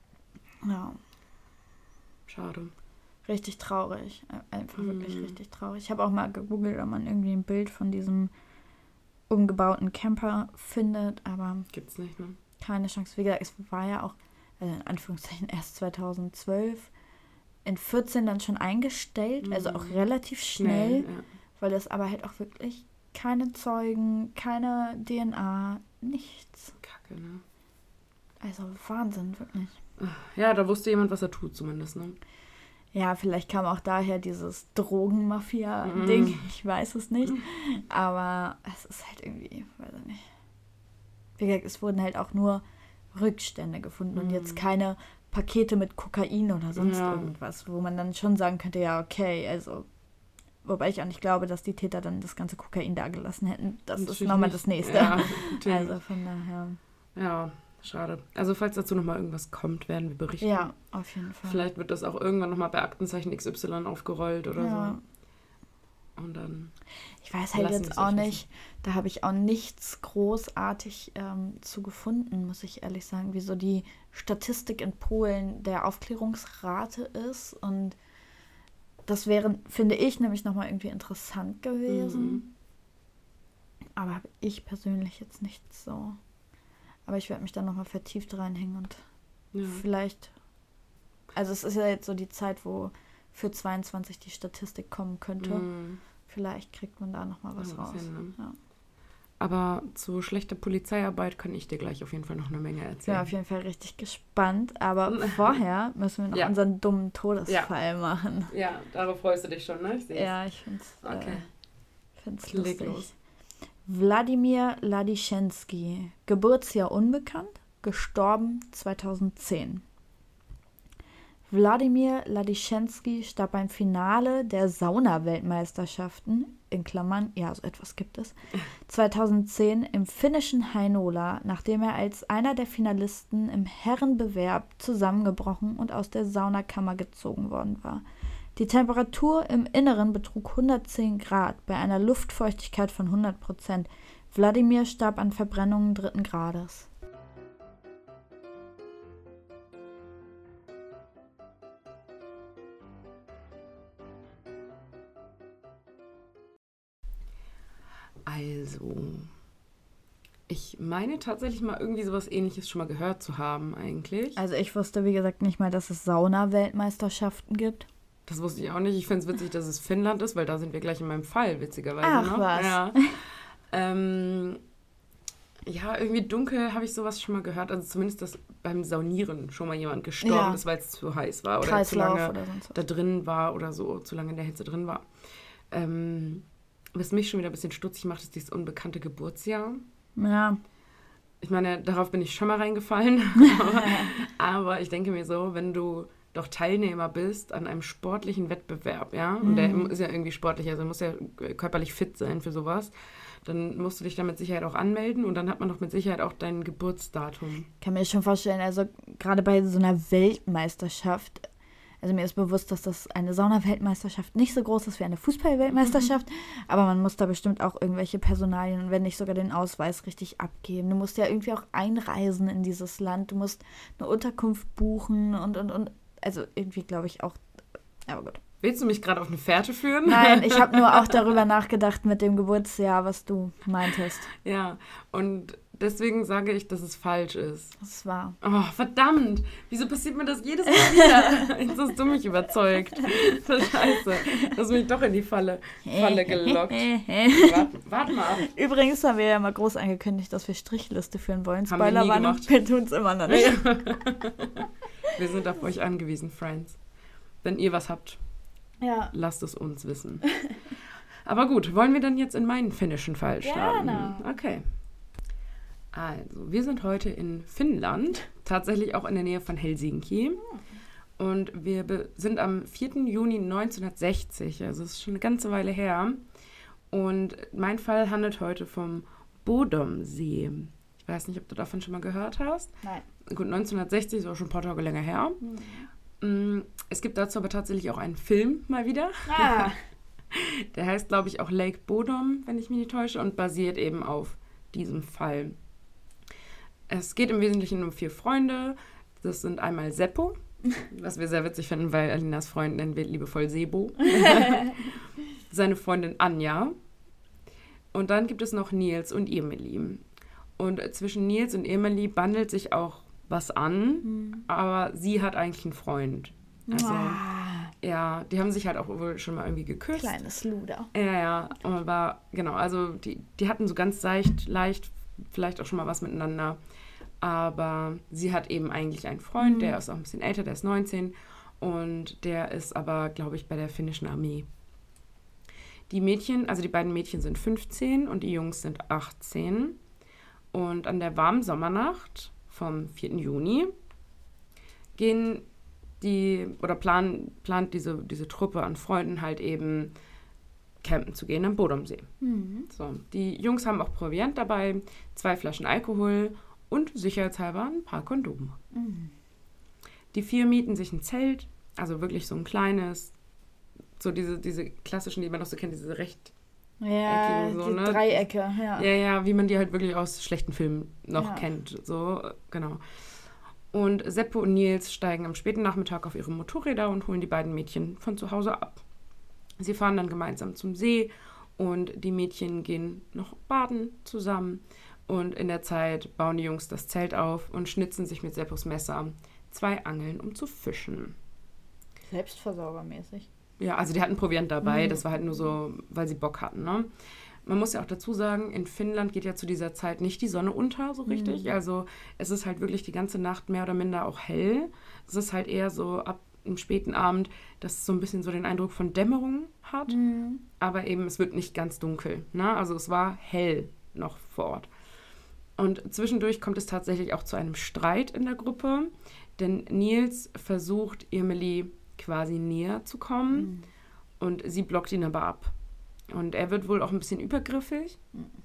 Ja. Schade. Richtig traurig. Einfach mhm. wirklich richtig traurig. Ich habe auch mal gegoogelt, ob man irgendwie ein Bild von diesem umgebauten Camper findet, aber gibt's nicht, ne? Keine Chance. Wie gesagt, es war ja auch, also in Anführungszeichen, erst zweitausendzwölf, in vierzehn dann schon eingestellt, mhm. also auch relativ schnell, schnell ja. weil das aber halt auch wirklich keine Zeugen, keine D N A, nichts. Kacke, ne? Also Wahnsinn, wirklich. Ja, da wusste jemand, was er tut zumindest, ne? Ja, vielleicht kam auch daher dieses Drogenmafia-Ding, mm. ich weiß es nicht. Aber es ist halt irgendwie, weiß ich nicht. Wie gesagt, es wurden halt auch nur Rückstände gefunden mm. und jetzt keine Pakete mit Kokain oder sonst ja. irgendwas, wo man dann schon sagen könnte, ja, okay, also, wobei ich auch nicht glaube, dass die Täter dann das ganze Kokain da gelassen hätten. Das natürlich ist nochmal das Nächste. Ja, also von daher. Ja. Schade. Also falls dazu nochmal irgendwas kommt, werden wir berichten. Ja, auf jeden Fall. Vielleicht wird das auch irgendwann nochmal bei Aktenzeichen X Y aufgerollt oder ja. so. Und dann... Ich weiß halt jetzt auch nicht, wissen. Da habe ich auch nichts großartig ähm, zu gefunden, muss ich ehrlich sagen, wie so die Statistik in Polen der Aufklärungsrate ist. Und das wäre, finde ich, nämlich nochmal irgendwie interessant gewesen. Mhm. Aber habe ich persönlich jetzt nicht so... Aber ich werde mich dann nochmal vertieft reinhängen und ja. vielleicht, also es ist ja jetzt so die Zeit, wo für zweiundzwanzig die Statistik kommen könnte. Mm. Vielleicht kriegt man da nochmal was ja, raus. Hin, ne? ja. Aber zu schlechter Polizeiarbeit kann ich dir gleich auf jeden Fall noch eine Menge erzählen. Ja, auf jeden Fall richtig gespannt. Aber vorher müssen wir noch ja. unseren dummen Todesfall ja. machen. Ja, darauf freust du dich schon, ne? Ich ja, ich finde es okay. äh, lustig. Los. Wladimir Ladischenski, Geburtsjahr unbekannt, gestorben zweitausendzehn. Wladimir Ladischenski starb beim Finale der Sauna-Weltmeisterschaften, in Klammern, ja, so etwas gibt es, zweitausendzehn im finnischen Heinola, nachdem er als einer der Finalisten im Herrenbewerb zusammengebrochen und aus der Saunakammer gezogen worden war. Die Temperatur im Inneren betrug hundertzehn Grad bei einer Luftfeuchtigkeit von hundert Prozent. Wladimir starb an Verbrennungen dritten Grades. Also, ich meine tatsächlich mal irgendwie sowas Ähnliches schon mal gehört zu haben eigentlich. Also ich wusste, wie gesagt, nicht mal, dass es Sauna-Weltmeisterschaften gibt. Das wusste ich auch nicht. Ich finde es witzig, dass es Finnland ist, weil da sind wir gleich in meinem Fall, witzigerweise. Ach, ne? was. Ja. ähm, Ja, irgendwie dunkel habe ich sowas schon mal gehört. Also zumindest, dass beim Saunieren schon mal jemand gestorben Ja. ist, weil es zu heiß war oder zu Kreislauf lange oder sonst was. da drin war oder so, zu lange in der Hitze drin war. Ähm, was mich schon wieder ein bisschen stutzig macht, ist dieses unbekannte Geburtsjahr. Ja. Ich meine, darauf bin ich schon mal reingefallen. aber, aber ich denke mir so, wenn du doch Teilnehmer bist an einem sportlichen Wettbewerb, ja, und der ist ja irgendwie sportlich, also muss ja körperlich fit sein für sowas, dann musst du dich da mit Sicherheit auch anmelden und dann hat man doch mit Sicherheit auch dein Geburtsdatum. Kann mir schon vorstellen, also gerade bei so einer Weltmeisterschaft, also mir ist bewusst, dass das eine Sauna-Weltmeisterschaft nicht so groß ist wie eine Fußball-Weltmeisterschaft, aber man muss da bestimmt auch irgendwelche Personalien und wenn nicht sogar den Ausweis richtig abgeben. Du musst ja irgendwie auch einreisen in dieses Land, du musst eine Unterkunft buchen und, und, und, also irgendwie glaube ich auch, aber gut. Willst du mich gerade auf eine Fährte führen? Nein, ich habe nur auch darüber nachgedacht mit dem Geburtsjahr, was du meintest. Ja, und deswegen sage ich, dass es falsch ist. Das war. Oh, verdammt! Wieso passiert mir das jedes Mal wieder? Jetzt hast du mich überzeugt. Scheiße. Du hast mich doch in die Falle, Falle gelockt. Warte, warte mal ab. Übrigens haben wir ja mal groß angekündigt, dass wir Strichliste führen wollen. Haben wir nie Spoilerwarnung, gemacht. wir tun es immer noch nicht. Wir sind auf euch angewiesen, Friends. Wenn ihr was habt, Ja. lasst es uns wissen. Aber gut, wollen wir dann jetzt in meinen finnischen Fall starten? Gerne. Okay. Also, wir sind heute in Finnland, tatsächlich auch in der Nähe von Helsinki. Und wir be- sind am vierten Juni neunzehnhundertsechzig, also es ist schon eine ganze Weile her. Und mein Fall handelt heute vom Bodomsee. Ich weiß nicht, ob du davon schon mal gehört hast. Nein. Gut, neunzehnhundertsechzig ist auch schon ein paar Tage länger her. Mhm. Es gibt dazu aber tatsächlich auch einen Film mal wieder. Ah. Der heißt, glaube ich, auch Lake Bodom, wenn ich mich nicht täusche, und basiert eben auf diesem Fall. Es geht im Wesentlichen um vier Freunde. Das sind einmal Seppo, was wir sehr witzig finden, weil Alinas Freund nennen wir liebevoll Sebo. Seine Freundin Anja. Und dann gibt es noch Nils und Emily. Und zwischen Nils und Emily bandelt sich auch was an, Mhm. aber sie hat eigentlich einen Freund. Also, Ah, ja, die haben sich halt auch wohl schon mal irgendwie geküsst. kleines Luder. Ja, ja, aber genau, also die, die hatten so ganz leicht, leicht, vielleicht auch schon mal was miteinander. Aber sie hat eben eigentlich einen Freund, Mhm. der ist auch ein bisschen älter, der ist neunzehn und der ist aber, glaube ich, bei der finnischen Armee. Die Mädchen, also die beiden Mädchen sind fünfzehn und die Jungs sind achtzehn. Und an der warmen Sommernacht vom vierten Juni gehen die, oder plan, plant diese, diese Truppe an Freunden halt eben campen zu gehen am Bodomsee. Mhm. So, die Jungs haben auch Proviant dabei, zwei Flaschen Alkohol und sicherheitshalber ein paar Kondome. Mhm. Die vier mieten sich ein Zelt, also wirklich so ein kleines, so diese, diese klassischen, die man noch so kennt, diese recht, Ja, Eckigen so, die ne? Dreiecke, ja. ja, ja, wie man die halt wirklich aus schlechten Filmen noch Ja. kennt, so, genau. Und Seppo und Nils steigen am späten Nachmittag auf ihre Motorräder und holen die beiden Mädchen von zu Hause ab. Sie fahren dann gemeinsam zum See und die Mädchen gehen noch baden zusammen. Und in der Zeit bauen die Jungs das Zelt auf und schnitzen sich mit Seppos Messer zwei Angeln, um zu fischen. Selbstversorgermäßig. Ja, also die hatten Proviant dabei, Mhm. das war halt nur so, weil sie Bock hatten, ne? Man muss ja auch dazu sagen, in Finnland geht ja zu dieser Zeit nicht die Sonne unter so richtig. Mhm. Also es ist halt wirklich die ganze Nacht mehr oder minder auch hell. Es ist halt eher so ab im späten Abend, dass es so ein bisschen so den Eindruck von Dämmerung hat. Mhm. Aber eben, es wird nicht ganz dunkel. Ne? Also es war hell noch vor Ort. Und zwischendurch kommt es tatsächlich auch zu einem Streit in der Gruppe. Denn Nils versucht, Emily quasi näher zu kommen. Mhm. Und sie blockt ihn aber ab. Und er wird wohl auch ein bisschen übergriffig.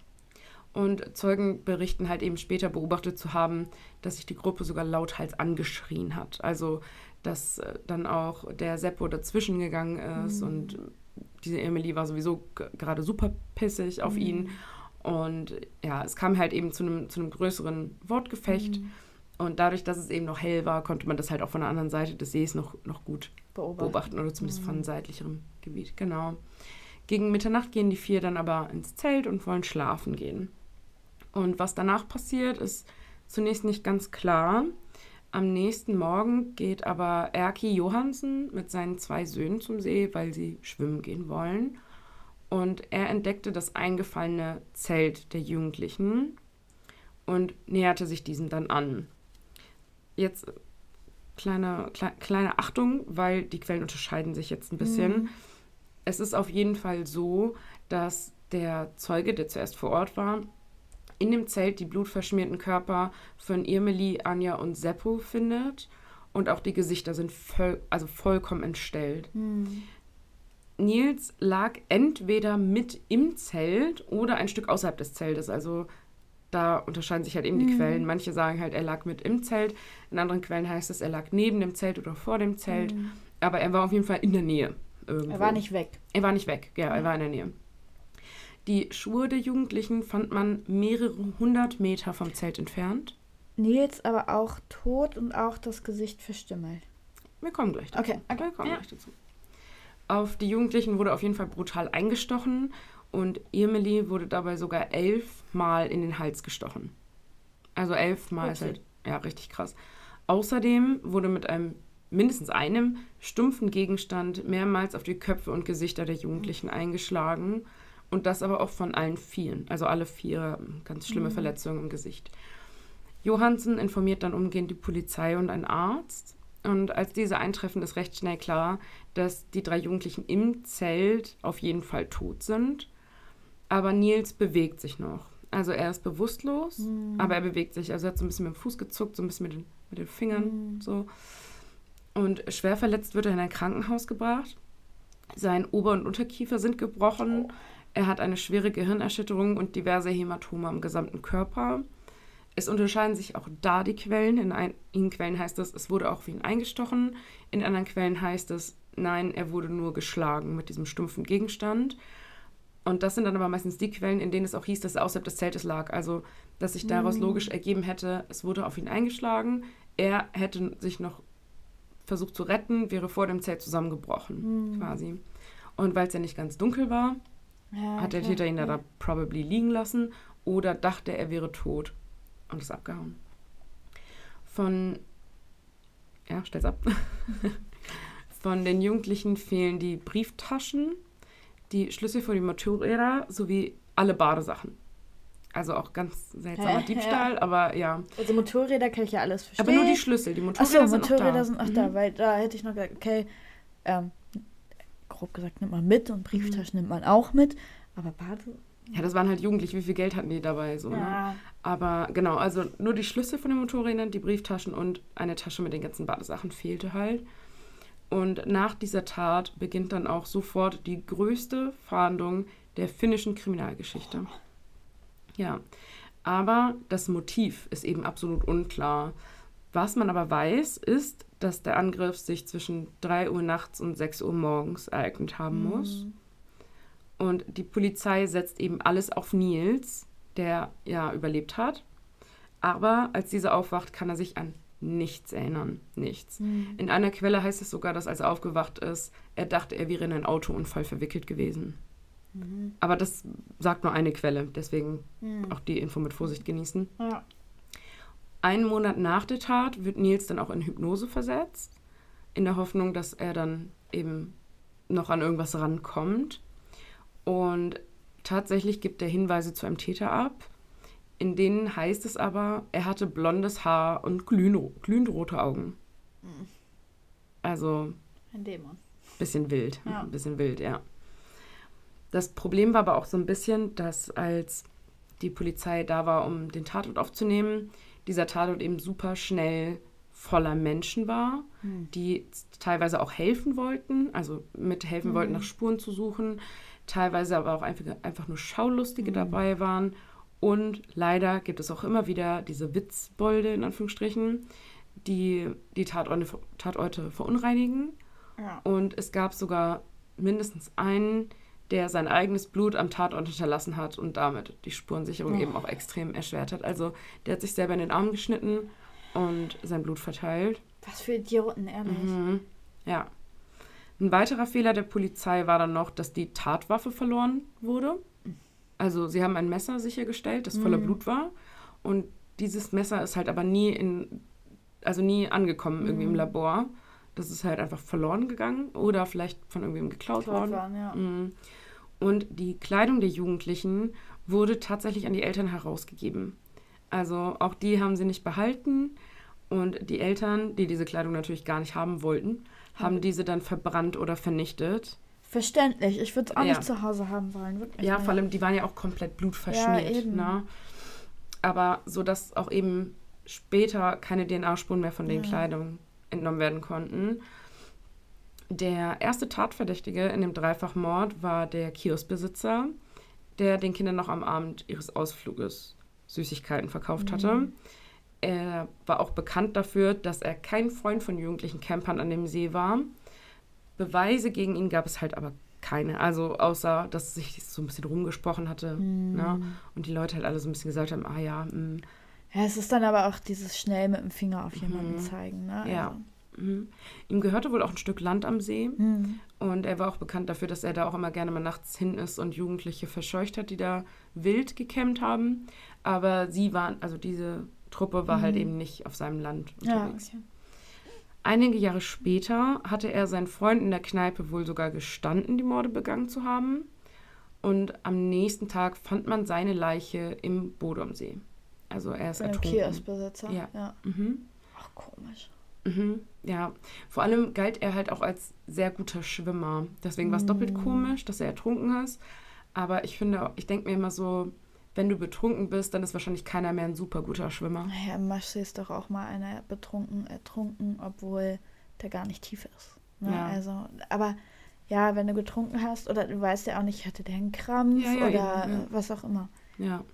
Und Zeugen berichten halt eben später beobachtet zu haben, dass sich die Gruppe sogar lauthals angeschrien hat. Also, dass äh, dann auch der Seppo dazwischen gegangen ist Mhm. und diese Emily war sowieso g- gerade super pissig auf Mhm. ihn. Und ja, es kam halt eben zu einem, zu einem größeren Wortgefecht. Mhm. Und dadurch, dass es eben noch hell war, konnte man das halt auch von der anderen Seite des Sees noch, noch gut Beobachten. beobachten oder zumindest Mhm. von seitlicherem Gebiet, genau. Gegen Mitternacht gehen die vier dann aber ins Zelt und wollen schlafen gehen. Und was danach passiert, ist zunächst nicht ganz klar. Am nächsten Morgen geht aber Erki Johansen mit seinen zwei Söhnen zum See, weil sie schwimmen gehen wollen. Und er entdeckte das eingefallene Zelt der Jugendlichen. und näherte sich diesem dann an. Jetzt kleine, kle- kleine Achtung, weil die Quellen unterscheiden sich jetzt ein bisschen. Mhm. Es ist auf jeden Fall so, dass der Zeuge, der zuerst vor Ort war, in dem Zelt die blutverschmierten Körper von Irmeli, Anja und Seppo findet und auch die Gesichter sind voll, also vollkommen entstellt. Mhm. Nils lag entweder mit im Zelt oder ein Stück außerhalb des Zeltes. Also da unterscheiden sich halt eben die Mhm. Quellen. Manche sagen halt, er lag mit im Zelt. In anderen Quellen heißt es, er lag neben dem Zelt oder vor dem Zelt. Mhm. Aber er war auf jeden Fall in der Nähe irgendwo. Er war nicht weg. Er war nicht weg, ja, er war in der Nähe. Die Schuhe der Jugendlichen fand man mehrere hundert Meter vom Zelt entfernt. Nils aber auch tot und auch das Gesicht verstümmelt. Wir kommen gleich dazu. Okay, okay. Wir kommen Ja. gleich dazu. Auf die Jugendlichen wurde auf jeden Fall brutal eingestochen und Irmeli wurde dabei sogar elfmal in den Hals gestochen. Also elfmal ist Okay. halt, ja, richtig krass. Außerdem wurde mit einem, mindestens einem, stumpfen Gegenstand mehrmals auf die Köpfe und Gesichter der Jugendlichen eingeschlagen und das aber auch von allen vieren. Also alle vier ganz schlimme Mhm. Verletzungen im Gesicht. Johansen informiert dann umgehend die Polizei und einen Arzt. Und als diese eintreffen, ist recht schnell klar, dass die drei Jugendlichen im Zelt auf jeden Fall tot sind. Aber Nils bewegt sich noch. Also er ist bewusstlos, Mhm. aber er bewegt sich. Also er hat so ein bisschen mit dem Fuß zuckt, so ein bisschen mit den, mit den Fingern. Mhm. So. Und schwer verletzt wird er in ein Krankenhaus gebracht. Sein Ober- und Unterkiefer sind gebrochen. Er hat eine schwere Gehirnerschütterung und diverse Hämatome am gesamten Körper. Es unterscheiden sich auch da die Quellen. In einigen Quellen heißt es, es wurde auch auf ihn eingestochen. In anderen Quellen heißt es, nein, er wurde nur geschlagen mit diesem stumpfen Gegenstand. Und das sind dann aber meistens die Quellen, in denen es auch hieß, dass er außerhalb des Zeltes lag. Also, dass sich daraus Mhm. logisch ergeben hätte, es wurde auf ihn eingeschlagen. Er hätte sich noch versucht zu retten, wäre vor dem Zelt zusammengebrochen, Mhm. quasi. Und weil es ja nicht ganz dunkel war, Ja, hat der klar. Täter ihn da, Ja. da probably liegen lassen oder dachte, er wäre tot und ist abgehauen. Von, ja, stell's ab. Von den Jugendlichen fehlen die Brieftaschen, die Schlüssel für die Motorräder sowie alle Badesachen. Also auch ganz seltsamer Hä? Diebstahl, aber ja. Also Motorräder kann ich ja alles verstehen. Aber nur die Schlüssel, die Motorräder Achso, sind Motorräder auch da. sind auch Mhm. da, weil da hätte ich noch gesagt, okay, ähm, grob gesagt nimmt man mit und Brieftaschen nimmt man auch mit, aber Bade... Ja, das waren halt Jugendliche, wie viel Geld hatten die dabei? So, ne? Ja. Aber genau, also nur die Schlüssel von den Motorrädern, die Brieftaschen und eine Tasche mit den ganzen Badesachen fehlte halt. Und nach dieser Tat beginnt dann auch sofort die größte Fahndung der finnischen Kriminalgeschichte. Ja, aber das Motiv ist eben absolut unklar. Was man aber weiß, ist, dass der Angriff sich zwischen drei Uhr nachts und sechs Uhr morgens ereignet haben muss. Mhm. Und die Polizei setzt eben alles auf Nils, der ja überlebt hat. Aber als dieser aufwacht, kann er sich an nichts erinnern. Nichts. Mhm. In einer Quelle heißt es sogar, dass als er aufgewacht ist, er dachte, er wäre in einen Autounfall verwickelt gewesen. Mhm. Aber das sagt nur eine Quelle, deswegen Mhm. auch die Info mit Vorsicht genießen. Ja. Einen Monat nach der Tat wird Nils dann auch in Hypnose versetzt, in der Hoffnung, dass er dann eben noch an irgendwas rankommt. Und tatsächlich gibt er Hinweise zu einem Täter ab, in denen heißt es aber, er hatte blondes Haar und glühend, glühend rote Augen. Mhm. Also Ein Dämon. bisschen wild, Ja. ein bisschen wild, ja. Das Problem war aber auch so ein bisschen, dass als die Polizei da war, um den Tatort aufzunehmen, dieser Tatort eben super schnell voller Menschen war, Mhm. die teilweise auch helfen wollten, also mithelfen Mhm. wollten, nach Spuren zu suchen, teilweise aber auch einfach, einfach nur Schaulustige Mhm. dabei waren. Und leider gibt es auch immer wieder diese Witzbolde, in Anführungsstrichen, die die Tatorte, Tatorte verunreinigen. Ja. Und es gab sogar mindestens einen, der sein eigenes Blut am Tatort hinterlassen hat und damit die Spurensicherung Oh. eben auch extrem erschwert hat. Also der hat sich selber in den Arm geschnitten und sein Blut verteilt. Was für Idioten, ehrlich. Mhm. Ja. Ein weiterer Fehler der Polizei war dann noch, dass die Tatwaffe verloren wurde. Also sie haben ein Messer sichergestellt, das voller Mhm. Blut war. Und dieses Messer ist halt aber nie in, also nie angekommen irgendwie im Mhm. Labor. Das ist halt einfach verloren gegangen oder vielleicht von irgendwem geklaut Klaut worden. waren, ja. Mhm. Und die Kleidung der Jugendlichen wurde tatsächlich an die Eltern herausgegeben. Also auch die haben sie nicht behalten. Und die Eltern, die diese Kleidung natürlich gar nicht haben wollten, haben diese dann verbrannt oder vernichtet. Verständlich. Ich würde es auch Ja. nicht zu Hause haben wollen. Wirklich Ja, nicht. vor allem, die waren ja auch komplett blutverschmiert. Ja, eben. Ne? Aber so, dass auch eben später keine D N A-Spuren mehr von den Ja. Kleidungen entnommen werden konnten. Der erste Tatverdächtige in dem Dreifachmord war der Kioskbesitzer, der den Kindern noch am Abend ihres Ausfluges Süßigkeiten verkauft Mhm. hatte. Er war auch bekannt dafür, dass er kein Freund von jugendlichen Campern an dem See war. Beweise gegen ihn gab es halt aber keine. Also außer, dass es sich so ein bisschen rumgesprochen hatte. Mhm. Ne? Und die Leute halt alle so ein bisschen gesagt haben, ah ja, mh, Ja, es ist dann aber auch dieses schnell mit dem Finger auf jemanden Mhm. zeigen. Ne? Ja. mh. Ihm gehörte wohl auch ein Stück Land am See. Also, mhm. Und er war auch bekannt dafür, dass er da auch immer gerne mal nachts hin ist und Jugendliche verscheucht hat, die da wild gecampt haben. Aber sie waren, also diese Truppe war halt Mhm. eben nicht auf seinem Land Ja, unterwegs. okay. Einige Jahre später hatte er seinen Freund in der Kneipe wohl sogar gestanden, die Morde begangen zu haben. Und am nächsten Tag fand man seine Leiche im Bodomsee. Also er ist Von dem ertrunken. Kioskbesitzer. Ja. ja. Mhm. Ach, komisch. Mhm. Ja, vor allem galt er halt auch als sehr guter Schwimmer. Deswegen war es Mm. doppelt komisch, dass er ertrunken ist. Aber ich finde, ich denke mir immer so, wenn du betrunken bist, dann ist wahrscheinlich keiner mehr ein super guter Schwimmer. Naja, im Maschsee ist doch auch mal einer betrunken, ertrunken, obwohl der gar nicht tief ist. Ne? Ja. Also, aber ja, wenn du getrunken hast, oder du weißt ja auch nicht, hatte der einen Krampf Ja, ja, oder eben, ja. äh, was auch immer. Ja.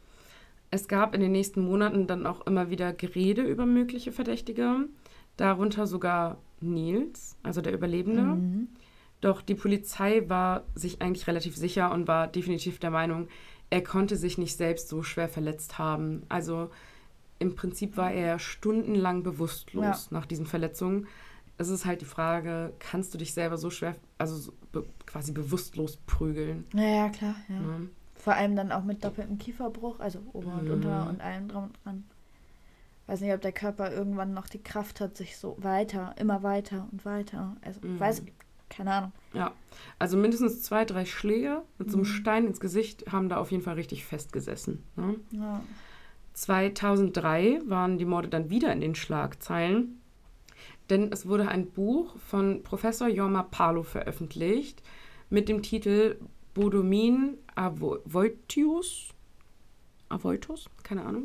Es gab in den nächsten Monaten dann auch immer wieder Gerede über mögliche Verdächtige, darunter sogar Nils, also der Überlebende. Mhm. Doch die Polizei war sich eigentlich relativ sicher und war definitiv der Meinung, er konnte sich nicht selbst so schwer verletzt haben. Also im Prinzip war er stundenlang bewusstlos Ja. nach diesen Verletzungen. Es ist halt die Frage, kannst du dich selber so schwer, also so be, quasi bewusstlos prügeln? Naja, klar, ja. Ne? Vor allem dann auch mit doppeltem Kieferbruch, also Ober- und Mhm. Unter und allem dran und dran. Weiß nicht, ob der Körper irgendwann noch die Kraft hat, sich so weiter, immer weiter und weiter. Also, Mhm. weiß, keine Ahnung. Ja, also mindestens zwei, drei Schläge mit so einem Mhm. Stein ins Gesicht haben da auf jeden Fall richtig festgesessen. Ne? Ja. zweitausenddrei waren die Morde dann wieder in den Schlagzeilen, denn es wurde ein Buch von Professor Jorma Palo veröffentlicht mit dem Titel Bodomin Avoitius. Avoitus? Keine Ahnung.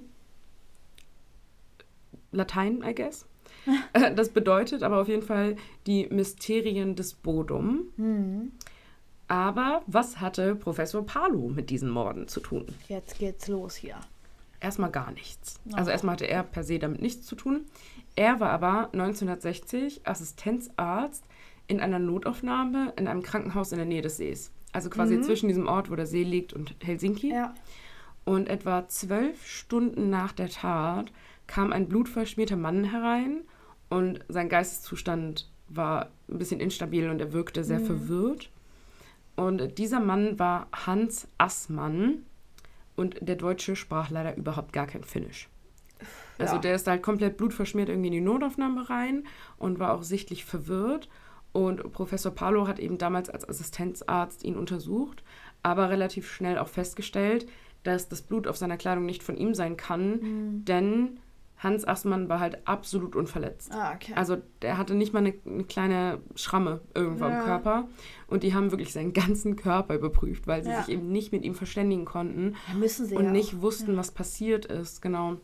Latein, I guess. Das bedeutet aber auf jeden Fall die Mysterien des Bodum. Mhm. Aber was hatte Professor Palo mit diesen Morden zu tun? Jetzt geht's los hier. Erstmal gar nichts. Oh. Also erstmal hatte er per se damit nichts zu tun. Er war aber neunzehnhundertsechzig Assistenzarzt in einer Notaufnahme in einem Krankenhaus in der Nähe des Sees. Also quasi Mhm. zwischen diesem Ort, wo der See liegt, und Helsinki. Ja. Und etwa zwölf Stunden nach der Tat kam ein blutverschmierter Mann herein und sein Geisteszustand war ein bisschen instabil und er wirkte sehr Mhm. verwirrt. Und dieser Mann war Hans Assmann und der Deutsche sprach leider überhaupt gar kein Finnisch. Also Ja. der ist halt komplett blutverschmiert irgendwie in die Notaufnahme rein und war auch sichtlich verwirrt. Und Professor Palo hat eben damals als Assistenzarzt ihn untersucht, aber relativ schnell auch festgestellt, dass das Blut auf seiner Kleidung nicht von ihm sein kann, Mhm. denn Hans Assmann war halt absolut unverletzt. Ah, okay. Also der hatte nicht mal eine, eine kleine Schramme irgendwo Ja. am Körper. Und die haben wirklich seinen ganzen Körper überprüft, weil sie Ja. sich eben nicht mit ihm verständigen konnten Ja, müssen sie und ja nicht auch. wussten, Ja. was passiert ist. Genau.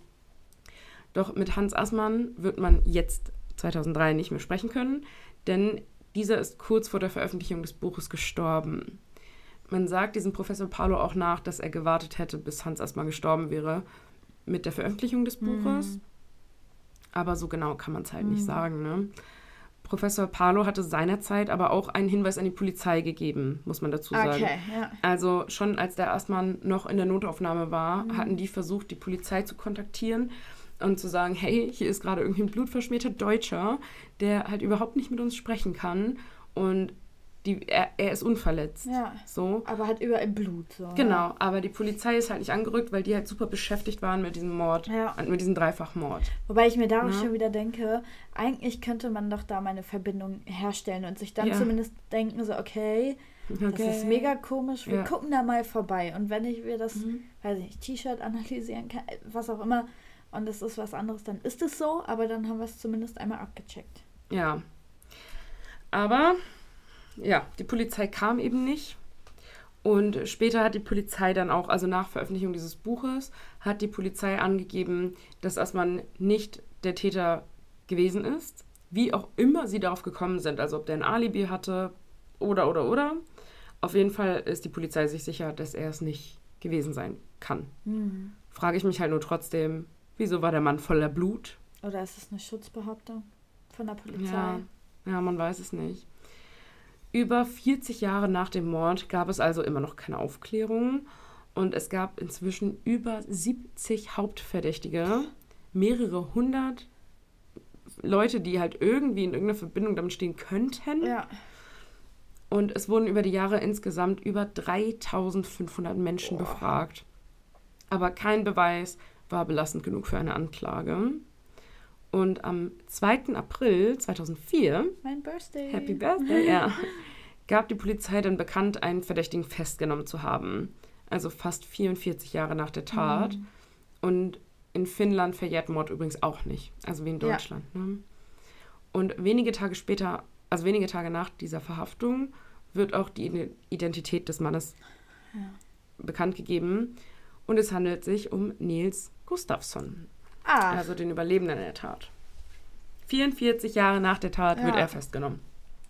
Doch mit Hans Assmann wird man jetzt zweitausenddrei nicht mehr sprechen können, denn dieser ist kurz vor der Veröffentlichung des Buches gestorben. Man sagt diesem Professor Palo auch nach, dass er gewartet hätte, bis Hans Assmann gestorben wäre mit der Veröffentlichung des Buches. Mhm. Aber so genau kann man es halt nicht Mhm. sagen. Ne? Professor Palo hatte seinerzeit aber auch einen Hinweis an die Polizei gegeben, muss man dazu sagen. Okay, ja. Also schon als der Assmann noch in der Notaufnahme war, Mhm. hatten die versucht, die Polizei zu kontaktieren und zu sagen, hey, hier ist gerade irgendwie ein blutverschmierter Deutscher, der halt überhaupt nicht mit uns sprechen kann und die, er, er ist unverletzt. Ja. So. Aber hat überall Blut. So, Genau, aber die Polizei ist halt nicht angerückt, weil die halt super beschäftigt waren mit diesem Mord, Ja. und mit diesem Dreifachmord. Wobei ich mir da auch Ja. schon wieder denke, eigentlich könnte man doch da mal eine Verbindung herstellen und sich dann Ja. zumindest denken, so, okay, Okay. Das ist mega komisch. Wir Ja. gucken da mal vorbei. Und wenn ich mir das, Mhm. weiß ich nicht, T-Shirt analysieren kann, was auch immer, und es ist was anderes, dann ist es so, aber dann haben wir es zumindest einmal abgecheckt. Ja. Aber, ja, die Polizei kam eben nicht. Und später hat die Polizei dann auch, also nach Veröffentlichung dieses Buches, hat die Polizei angegeben, dass Assmann nicht der Täter gewesen ist. Wie auch immer sie darauf gekommen sind. Also ob der ein Alibi hatte oder, oder, oder. Auf jeden Fall ist die Polizei sich sicher, dass er es nicht gewesen sein kann. Mhm. Frage ich mich halt nur trotzdem, wieso war der Mann voller Blut? Oder ist es eine Schutzbehauptung von der Polizei? Ja, ja, man weiß es nicht. Über vierzig Jahre nach dem Mord gab es also immer noch keine Aufklärung. Und es gab inzwischen über siebzig Hauptverdächtige, mehrere hundert Leute, die halt irgendwie in irgendeiner Verbindung damit stehen könnten. Ja. Und es wurden über die Jahre insgesamt über dreitausendfünfhundert Menschen Boah. befragt. Aber kein Beweis war belastend genug für eine Anklage. Und am zweiten April zweitausendvier, Mein Birthday. Happy Birthday, ja, gab die Polizei dann bekannt, einen Verdächtigen festgenommen zu haben. Also fast vierundvierzig Jahre nach der Tat. Mhm. Und in Finnland verjährt Mord übrigens auch nicht. Also wie in Ja. Deutschland. Ne? Und wenige Tage später, also wenige Tage nach dieser Verhaftung, wird auch die Identität des Mannes Ja. bekannt gegeben. Und es handelt sich um Nils Gustafsson, Ah, also den Überlebenden der Tat. vierundvierzig Jahre nach der Tat wird Ja. er festgenommen.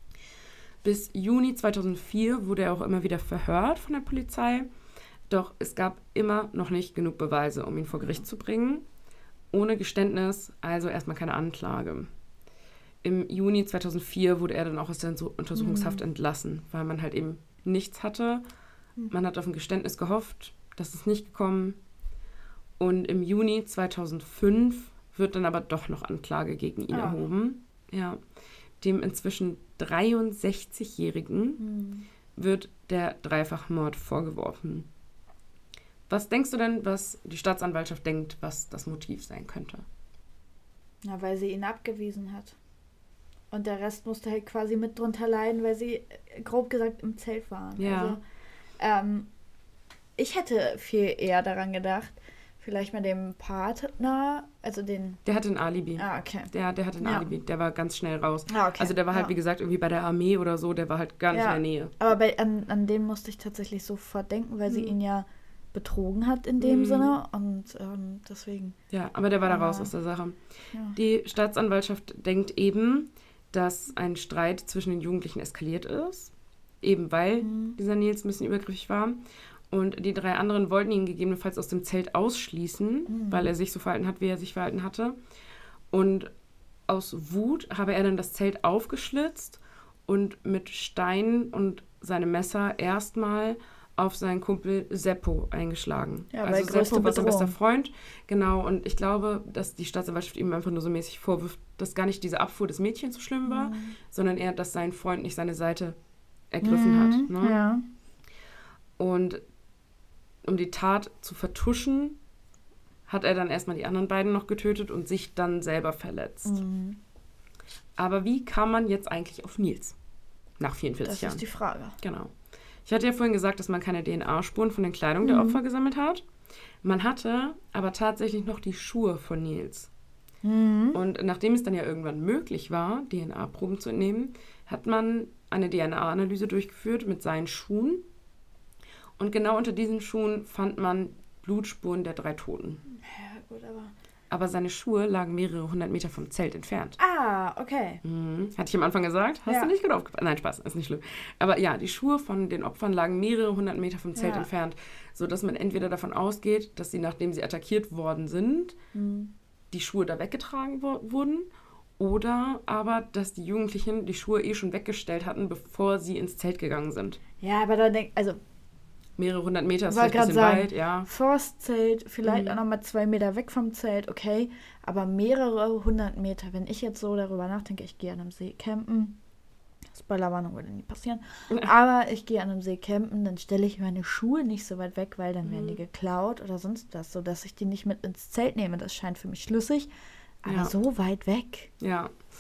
Bis Juni zweitausendvier wurde er auch immer wieder verhört von der Polizei. Doch es gab immer noch nicht genug Beweise, um ihn vor Gericht zu bringen. Ohne Geständnis, also erstmal keine Anklage. Im Juni zweitausendvier wurde er dann auch aus der Untersuchungshaft entlassen, weil man halt eben nichts hatte. Man hat auf ein Geständnis gehofft, das ist nicht gekommen. Und im Juni zweitausendfünf wird dann aber doch noch Anklage gegen ihn Ah. erhoben. Ja. Dem inzwischen dreiundsechzigjährigen hm. wird der Dreifachmord vorgeworfen. Was denkst du denn, was die Staatsanwaltschaft denkt, was das Motiv sein könnte? Na, weil sie ihn abgewiesen hat. Und der Rest musste halt quasi mit drunter leiden, weil sie, äh, grob gesagt, im Zelt waren. Ja. Also, ähm, ich hätte viel eher daran gedacht, vielleicht mit dem Partner, also den... Der hatte ein Alibi. Ah, okay. Der, der hatte ein Ja. Alibi. Der war ganz schnell raus. Ah, okay. Also der war halt, Ja. wie gesagt, irgendwie bei der Armee oder so. Der war halt gar nicht Ja. in der Nähe. Aber bei, an, an den musste ich tatsächlich sofort denken, weil sie Mhm. ihn ja betrogen hat in dem Mhm. Sinne. Und ähm, deswegen, Ja, aber der war da Aber- raus aus der Sache. ja. Die Staatsanwaltschaft denkt eben, dass ein Streit zwischen den Jugendlichen eskaliert ist. Eben weil Mhm. dieser Nils ein bisschen übergriffig war. Und die drei anderen wollten ihn gegebenenfalls aus dem Zelt ausschließen, Mhm. weil er sich so verhalten hat, wie er sich verhalten hatte. Und aus Wut habe er dann das Zelt aufgeschlitzt und mit Steinen und seinem Messer erstmal auf seinen Kumpel Seppo eingeschlagen. Ja, weil also größte Seppo war sein Bedrohung. bester Freund. Genau, und ich glaube, dass die Staatsanwaltschaft ihm einfach nur so mäßig vorwirft, dass gar nicht diese Abfuhr des Mädchens so schlimm war, Mhm. sondern eher, dass sein Freund nicht seine Seite ergriffen hat. Ne? Ja. Und um die Tat zu vertuschen, hat er dann erstmal die anderen beiden noch getötet und sich dann selber verletzt. Mhm. Aber wie kam man jetzt eigentlich auf Nils? Nach vierundvierzig Das Jahren. ist die Frage. Genau. Ich hatte ja vorhin gesagt, dass man keine D N A-Spuren von den Kleidung der Mhm. Opfer gesammelt hat. Man hatte aber tatsächlich noch die Schuhe von Nils. Mhm. Und nachdem es dann ja irgendwann möglich war, D N A-Proben zu entnehmen, hat man eine D N A-Analyse durchgeführt mit seinen Schuhen. Und genau unter diesen Schuhen fand man Blutspuren der drei Toten. Ja, gut, aber... Aber seine Schuhe lagen mehrere hundert Meter vom Zelt entfernt. Ah, okay. Mhm. Hatte ich am Anfang gesagt? Hast Ja. du nicht gut aufgepasst? Nein, Spaß, ist nicht schlimm. Aber ja, die Schuhe von den Opfern lagen mehrere hundert Meter vom Zelt Ja. entfernt, sodass man entweder davon ausgeht, dass sie, nachdem sie attackiert worden sind, Mhm. die Schuhe da weggetragen wo- wurden, oder aber, dass die Jugendlichen die Schuhe eh schon weggestellt hatten, bevor sie ins Zelt gegangen sind. Ja, aber dann denk, also Mehrere hundert Meter ist Wollte vielleicht ein bisschen grad sagen. weit, ja. vors Zelt, vielleicht Mhm. auch nochmal zwei Meter weg vom Zelt, okay, aber mehrere hundert Meter, wenn ich jetzt so darüber nachdenke, ich gehe an einem See campen, Spoilerwarnung würde nie passieren, aber ich gehe an einem See campen, dann stelle ich meine Schuhe nicht so weit weg, weil dann werden die geklaut oder sonst was, sodass ich die nicht mit ins Zelt nehme, das scheint für mich schlüssig, aber Ja. so weit weg. Ja,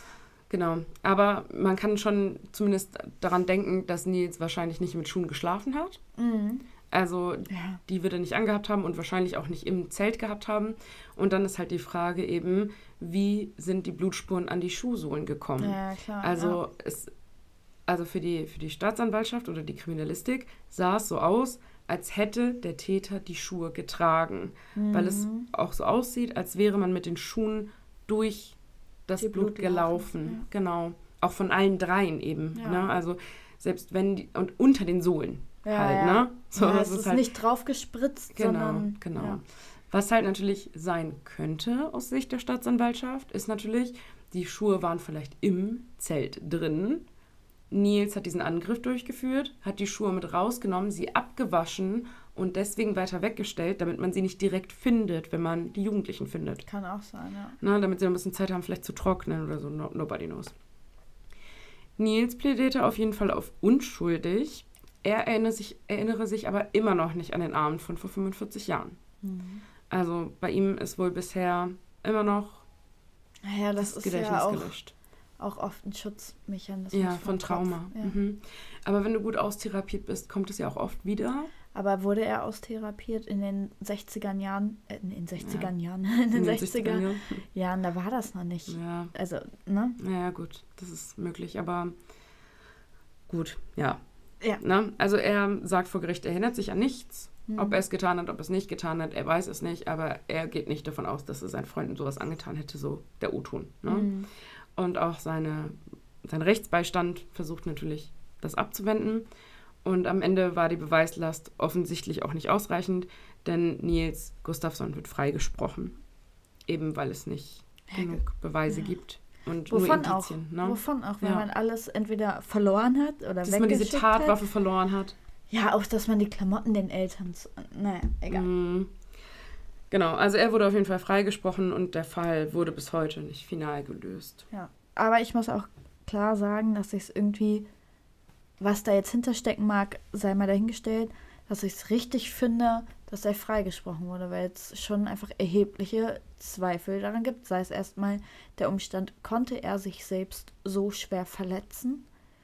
Genau, aber man kann schon zumindest daran denken, dass Nils wahrscheinlich nicht mit Schuhen geschlafen hat. Mhm. Also Ja. die wird er nicht angehabt haben und wahrscheinlich auch nicht im Zelt gehabt haben. Und dann ist halt die Frage eben, wie sind die Blutspuren an die Schuhsohlen gekommen? Ja, klar. Also, ja. es, also für, die, für die Staatsanwaltschaft oder die Kriminalistik sah es so aus, als hätte der Täter die Schuhe getragen. Mhm. Weil es auch so aussieht, als wäre man mit den Schuhen durch das Die Blut, Blut gelaufen. gelaufen, ja. Genau. Auch von allen dreien eben. Ja. Ne? Also selbst wenn die, und unter den Sohlen Ja, halt, ja. ne? So, ja, das es ist halt, nicht drauf gespritzt, genau, sondern... genau. Ja. Was halt natürlich sein könnte aus Sicht der Staatsanwaltschaft, ist natürlich, die Schuhe waren vielleicht im Zelt drin. Nils hat diesen Angriff durchgeführt, hat die Schuhe mit rausgenommen, sie abgewaschen und deswegen weiter weggestellt, damit man sie nicht direkt findet, wenn man die Jugendlichen findet. Kann auch sein, ja. Na, damit sie noch ein bisschen Zeit haben, vielleicht zu trocknen oder so. No, nobody knows. Nils plädierte auf jeden Fall auf unschuldig. Er erinnere sich, erinnere sich aber immer noch nicht an den Abend von vor fünfundvierzig Jahren. Mhm. Also bei ihm ist wohl bisher immer noch Naja, das, das ist Gedächtnis ja auch, gelöscht. auch oft ein Schutzmechanismus. Ja, vom von Trauma. Kopf. Ja. Mhm. Aber wenn du gut austherapiert bist, kommt es ja auch oft wieder. Aber wurde er austherapiert in den sechzigern Jahren, äh, in den sechzigern Jahren, in In den den sechziger Jahren. Jahren, da war das noch nicht. Ja, Also, ne? naja, gut, das ist möglich, aber gut, ja. Ja. Na, also er sagt vor Gericht, er erinnert sich an nichts. Hm. Ob er es getan hat, ob er es nicht getan hat, er weiß es nicht, aber er geht nicht davon aus, dass er seinen Freunden sowas angetan hätte, so der O-Ton. Ne? Mhm. Und auch seine, sein Rechtsbeistand versucht natürlich, das abzuwenden. Und am Ende war die Beweislast offensichtlich auch nicht ausreichend, denn Nils Gustafsson wird freigesprochen. Eben weil es nicht Ja, genug Beweise ja. gibt und Wovon nur Indizien. auch? Ne? Wovon auch? Weil Ja. man alles entweder verloren hat oder Dass man diese weggeschickt Tatwaffe hat. verloren hat. Ja, auch, dass man die Klamotten den Eltern... z- Naja, egal. Mhm. Genau, also er wurde auf jeden Fall freigesprochen und der Fall wurde bis heute nicht final gelöst. Ja. Aber ich muss auch klar sagen, dass ich es irgendwie, was da jetzt hinterstecken mag, sei mal dahingestellt, dass ich es richtig finde, dass er freigesprochen wurde, weil es schon einfach erhebliche Zweifel daran gibt. Sei es erstmal der Umstand, konnte er sich selbst so schwer verletzen?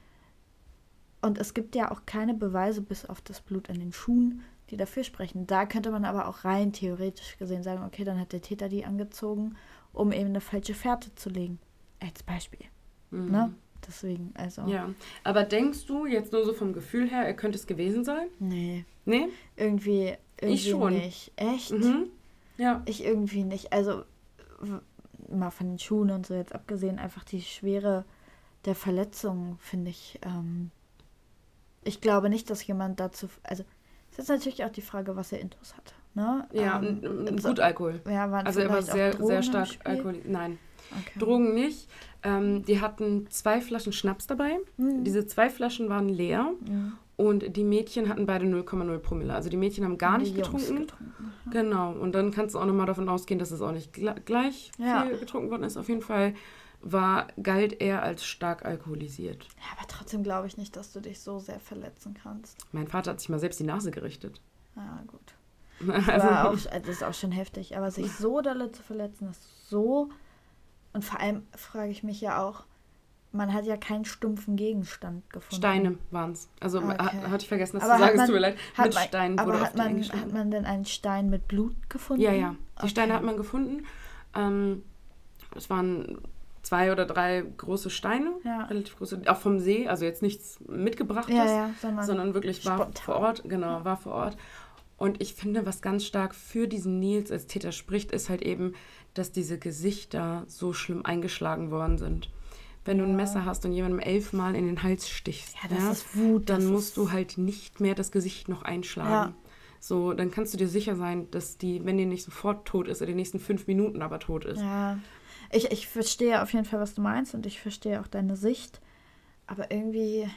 Und es gibt ja auch keine Beweise bis auf das Blut an den Schuhen, die dafür sprechen. Da könnte man aber auch rein theoretisch gesehen sagen, okay, dann hat der Täter die angezogen, um eben eine falsche Fährte zu legen. Als Beispiel. Mhm. Ne? Deswegen, also. Ja, aber denkst du jetzt nur so vom Gefühl her, er könnte es gewesen sein? Nee, Nee? irgendwie, irgendwie Ich schon. nicht. Echt? Mhm. Ja. Ich irgendwie nicht. Also, w- mal von den Schuhen und so jetzt abgesehen, einfach die Schwere der Verletzung, finde ich, ähm, ich glaube nicht, dass jemand dazu, also, es ist natürlich auch die Frage, was er Intus hatte. Ne? Ja, ähm, und, und so- gut Alkohol. Ja, waren Also er war vielleicht auch sehr, Drogen sehr im stark Spiel? alkoholisiert. Nein, Okay. Drogen nicht. Ähm, die hatten zwei Flaschen Schnaps dabei. Mhm. Diese zwei Flaschen waren leer Mhm. und die Mädchen hatten beide null Komma null Promille. Also die Mädchen haben gar Die nicht Jungs getrunken. getrunken. Genau, und dann kannst du auch nochmal davon ausgehen, dass es auch nicht gl- gleich Ja. viel getrunken worden ist. Auf jeden Fall war, galt er als stark alkoholisiert. Ja, aber trotzdem glaube ich nicht, dass du dich so sehr verletzen kannst. Mein Vater hat sich mal selbst die Nase gerichtet. Ah, gut. Also, Aber auch, also das ist auch schon heftig. Aber sich so dolle zu verletzen, ist so... Und vor allem frage ich mich ja auch, man hat ja keinen stumpfen Gegenstand gefunden. Steine waren es. Also Okay. ha- hatte ich vergessen, das Aber zu hat sagen, es man- tut mir leid. Hat Mit man, Steinen aber wurde hat auf die man, eingeschlagen. hat man denn einen Stein mit Blut gefunden? Ja, ja. Die Okay. Steine hat man gefunden. Ähm, es waren zwei oder drei große Steine, Ja. relativ große, auch vom See, also jetzt nichts mitgebrachtes, Ja, ja, sondern, sondern wirklich war spontan. vor Ort, genau, war vor Ort. Und ich finde, was ganz stark für diesen Nils als Täter spricht, ist halt eben, dass diese Gesichter so schlimm eingeschlagen worden sind. Wenn du ein Ja. Messer hast und jemandem elfmal in den Hals stichst, Ja, das ist Wut. dann das musst ist, du halt nicht mehr das Gesicht noch einschlagen. Ja. So, dann kannst du dir sicher sein, dass die, wenn die nicht sofort tot ist, in den nächsten fünf Minuten aber tot ist. Ja, ich, ich verstehe auf jeden Fall, was du meinst und ich verstehe auch deine Sicht. Aber irgendwie...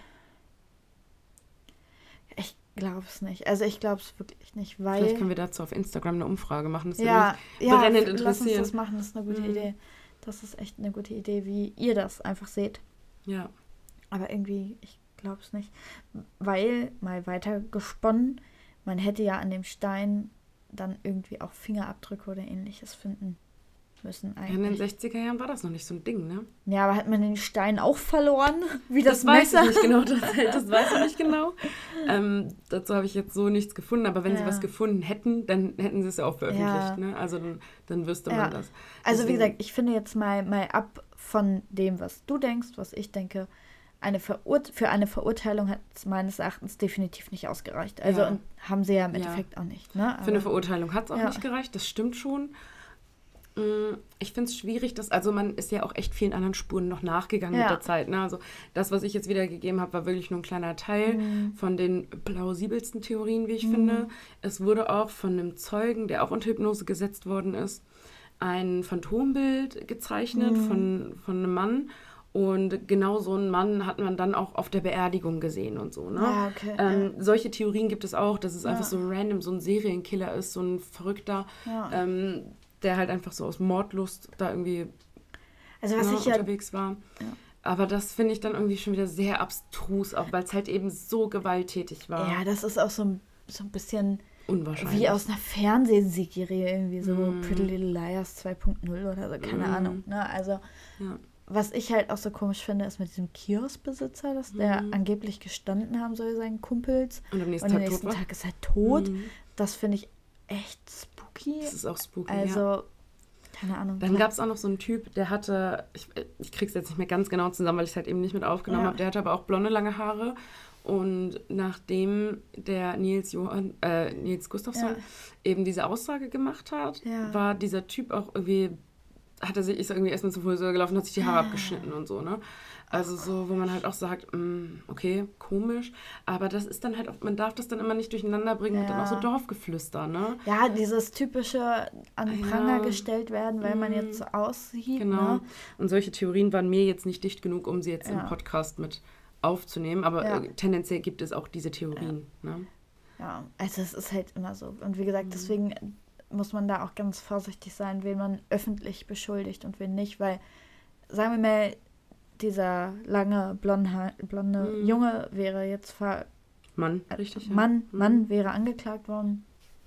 Ich glaube es nicht. Also ich glaube es wirklich nicht, weil... Vielleicht können wir dazu auf Instagram eine Umfrage machen. Das Ja, würde ja, brennend f- lass uns interessieren. das machen, das ist eine gute Mhm. Idee. Das ist echt eine gute Idee, wie ihr das einfach seht. mich- Ja. Aber irgendwie, ich glaube es nicht. Weil, mal weiter gesponnen, man hätte ja an dem Stein dann irgendwie auch Fingerabdrücke oder ähnliches finden müssen Ja, in den eigentlich. sechziger Jahren war das noch nicht so ein Ding, ne? Ja, aber hat man den Stein auch verloren? Wie das, Das weiß Messer? ich nicht genau, das, das weiß ich nicht genau. Ähm, dazu habe ich jetzt so nichts gefunden, aber wenn sie Ja. was gefunden hätten, dann hätten sie es ja auch veröffentlicht, Ja. ne? Also dann, dann wüsste Ja. man das. Also wie Deswegen- gesagt, ich finde jetzt mal, mal ab von dem, was du denkst, was ich denke, eine Verur- für eine Verurteilung hat es meines Erachtens definitiv nicht ausgereicht. Also Ja. und haben sie ja im Ja. Endeffekt auch nicht. Ne? Für eine Aber- Verurteilung hat es auch Ja. nicht gereicht, das stimmt schon. Mm, Ich finde es schwierig, dass, also man ist ja auch echt vielen anderen Spuren noch nachgegangen Ja. mit der Zeit. Ne? Also das, was ich jetzt wiedergegeben habe, war wirklich nur ein kleiner Teil Mhm. von den plausibelsten Theorien, wie ich finde. Es wurde auch von einem Zeugen, der auch unter Hypnose gesetzt worden ist, ein Phantombild gezeichnet Mhm. von, von einem Mann. Und genau so einen Mann hat man dann auch auf der Beerdigung gesehen und so. Ne? Ja, okay, ähm, Solche Theorien gibt es auch, dass es Ja. einfach so random, so ein Serienkiller ist, so ein Verrückter, Ja. ähm, der halt einfach so aus Mordlust da irgendwie Also was ne, ich ja, unterwegs war. Ja. Aber das finde ich dann irgendwie schon wieder sehr abstrus, auch weil es halt eben so gewalttätig war. ja, das ist auch so ein, so ein bisschen Unwahrscheinlich. wie aus einer Fernsehserie, irgendwie so Mhm. Pretty Little Liars zwei Punkt null oder so, keine Mhm. Ahnung. Ne? Also Ja. was ich halt auch so komisch finde, ist mit diesem Kioskbesitzer, dass der Mhm. angeblich gestanden haben soll, seinen Kumpels. Und am nächsten Und am Tag nächsten tot war. Tag ist er tot. Mhm. Das finde ich echt spooky. Das ist auch spooky, Also, ja. keine Ahnung. Dann gab es auch noch so einen Typ, der hatte, ich, ich krieg's jetzt nicht mehr ganz genau zusammen, weil ich es halt eben nicht mit aufgenommen Ja. habe, der hatte aber auch blonde, lange Haare. Und nachdem der Nils, Johann, äh, Nils Gustafsson Ja. eben diese Aussage gemacht hat, Ja. war dieser Typ auch irgendwie, hat er sich, ist irgendwie erstmal zum Friseur gelaufen und hat sich die Haare Ah. abgeschnitten und so, ne? Also so, wo man halt auch sagt, mh, okay, komisch, aber das ist dann halt auch, man darf das dann immer nicht durcheinander bringen und dann Ja. auch so Dorfgeflüster, ne? Ja, dieses typische an Ja. Pranger gestellt werden, weil man Mhm. jetzt so aussieht. Genau. Ne? Und solche Theorien waren mir jetzt nicht dicht genug, um sie jetzt Ja. im Podcast mit aufzunehmen. Aber Ja. äh, tendenziell gibt es auch diese Theorien. Ne? Ja, also es ist halt immer so. Und wie gesagt, Mhm. deswegen muss man da auch ganz vorsichtig sein, wen man öffentlich beschuldigt und wen nicht, weil, sagen wir mal, dieser lange blonde, blonde Mhm. Junge wäre jetzt ver Mann, richtig? ja. Mann, Mhm. Mann wäre angeklagt worden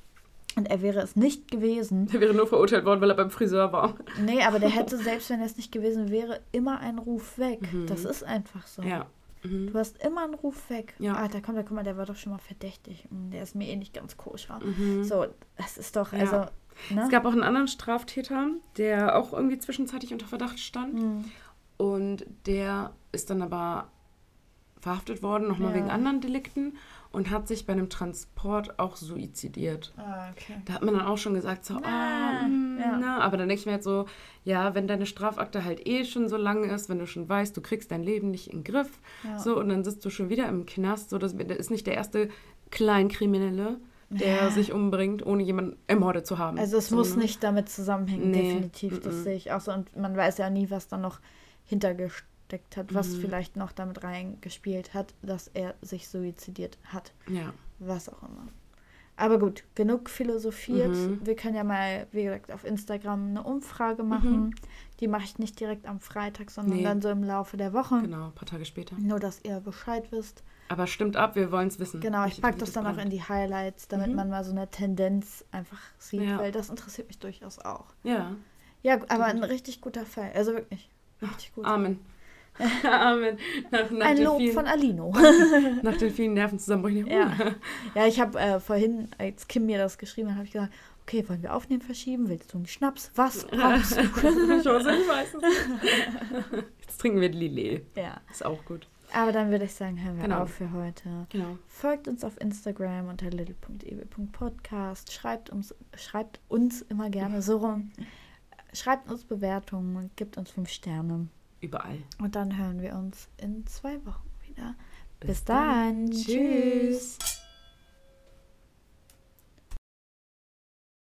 und er wäre es nicht gewesen. Der wäre nur verurteilt worden, weil er beim Friseur war. Nee, aber der hätte, selbst wenn er es nicht gewesen wäre, immer einen Ruf weg. Mhm. Das ist einfach so. Ja. Mhm. Du hast immer einen Ruf weg. Ja. Alter, komm, da guck mal, der war doch schon mal verdächtig. Hm, Der ist mir eh nicht ganz koscher. Mhm. So, das ist doch, Ja. also, ne? Es gab auch einen anderen Straftäter, der auch irgendwie zwischenzeitlich unter Verdacht stand. Hm. Und der ist dann aber verhaftet worden, nochmal Ja. wegen anderen Delikten und hat sich bei einem Transport auch suizidiert. Ah, okay. Da hat man dann auch schon gesagt, so, Na, ah, hm, ja. na, aber dann denke ich mir halt so, ja, wenn deine Strafakte halt eh schon so lang ist, wenn du schon weißt, du kriegst dein Leben nicht in den Griff, Ja. so, und dann sitzt du schon wieder im Knast, so, das, das ist nicht der erste Kleinkriminelle, der Ja. sich umbringt, ohne jemanden ermordet zu haben. Also es so, muss ne? nicht damit zusammenhängen, Nee, definitiv. Das mhm. sehe ich auch so. Und man weiß ja nie, was da noch hintergesteckt hat, was Mhm. vielleicht noch damit reingespielt hat, dass er sich suizidiert hat. Ja, Was auch immer. Aber gut, genug philosophiert. Mhm. Wir können ja mal, wie gesagt, auf Instagram eine Umfrage machen. Die mache ich nicht direkt am Freitag, sondern Nee. dann so im Laufe der Woche. genau, ein paar Tage später. Nur, dass ihr Bescheid wisst. Aber stimmt ab, wir wollen es wissen. Genau, ich Wie- packe wie das dann auch brennt. in die Highlights, damit Mhm. man mal so eine Tendenz einfach sieht, Ja. weil das interessiert mich durchaus auch. Ja, Ja, aber ein Definitiv. richtig guter Fall. Also wirklich. Richtig gut. Amen. Amen. Nach, nach Ein den Lob vielen, von Alino. nach den vielen Nervenzusammenbrüchen. Ja. Ja, ich habe äh, vorhin, als Kim mir das geschrieben hat, habe ich gesagt, okay, wollen wir aufnehmen, verschieben? Willst du einen Schnaps? Was brauchst du? ich weiß, ich weiß es nicht. Jetzt trinken wir Lillet. Ja, Ist auch gut. aber dann würde ich sagen, hören wir Genau. auf für heute. Genau. Folgt uns auf Instagram unter little punkt e w punkt podcast. Schreibt uns, schreibt uns immer gerne so rum. Schreibt uns Bewertungen und gibt uns fünf Sterne. Überall. Und dann hören wir uns in zwei Wochen wieder. Bis, Bis dann. dann. Tschüss. Tschüss.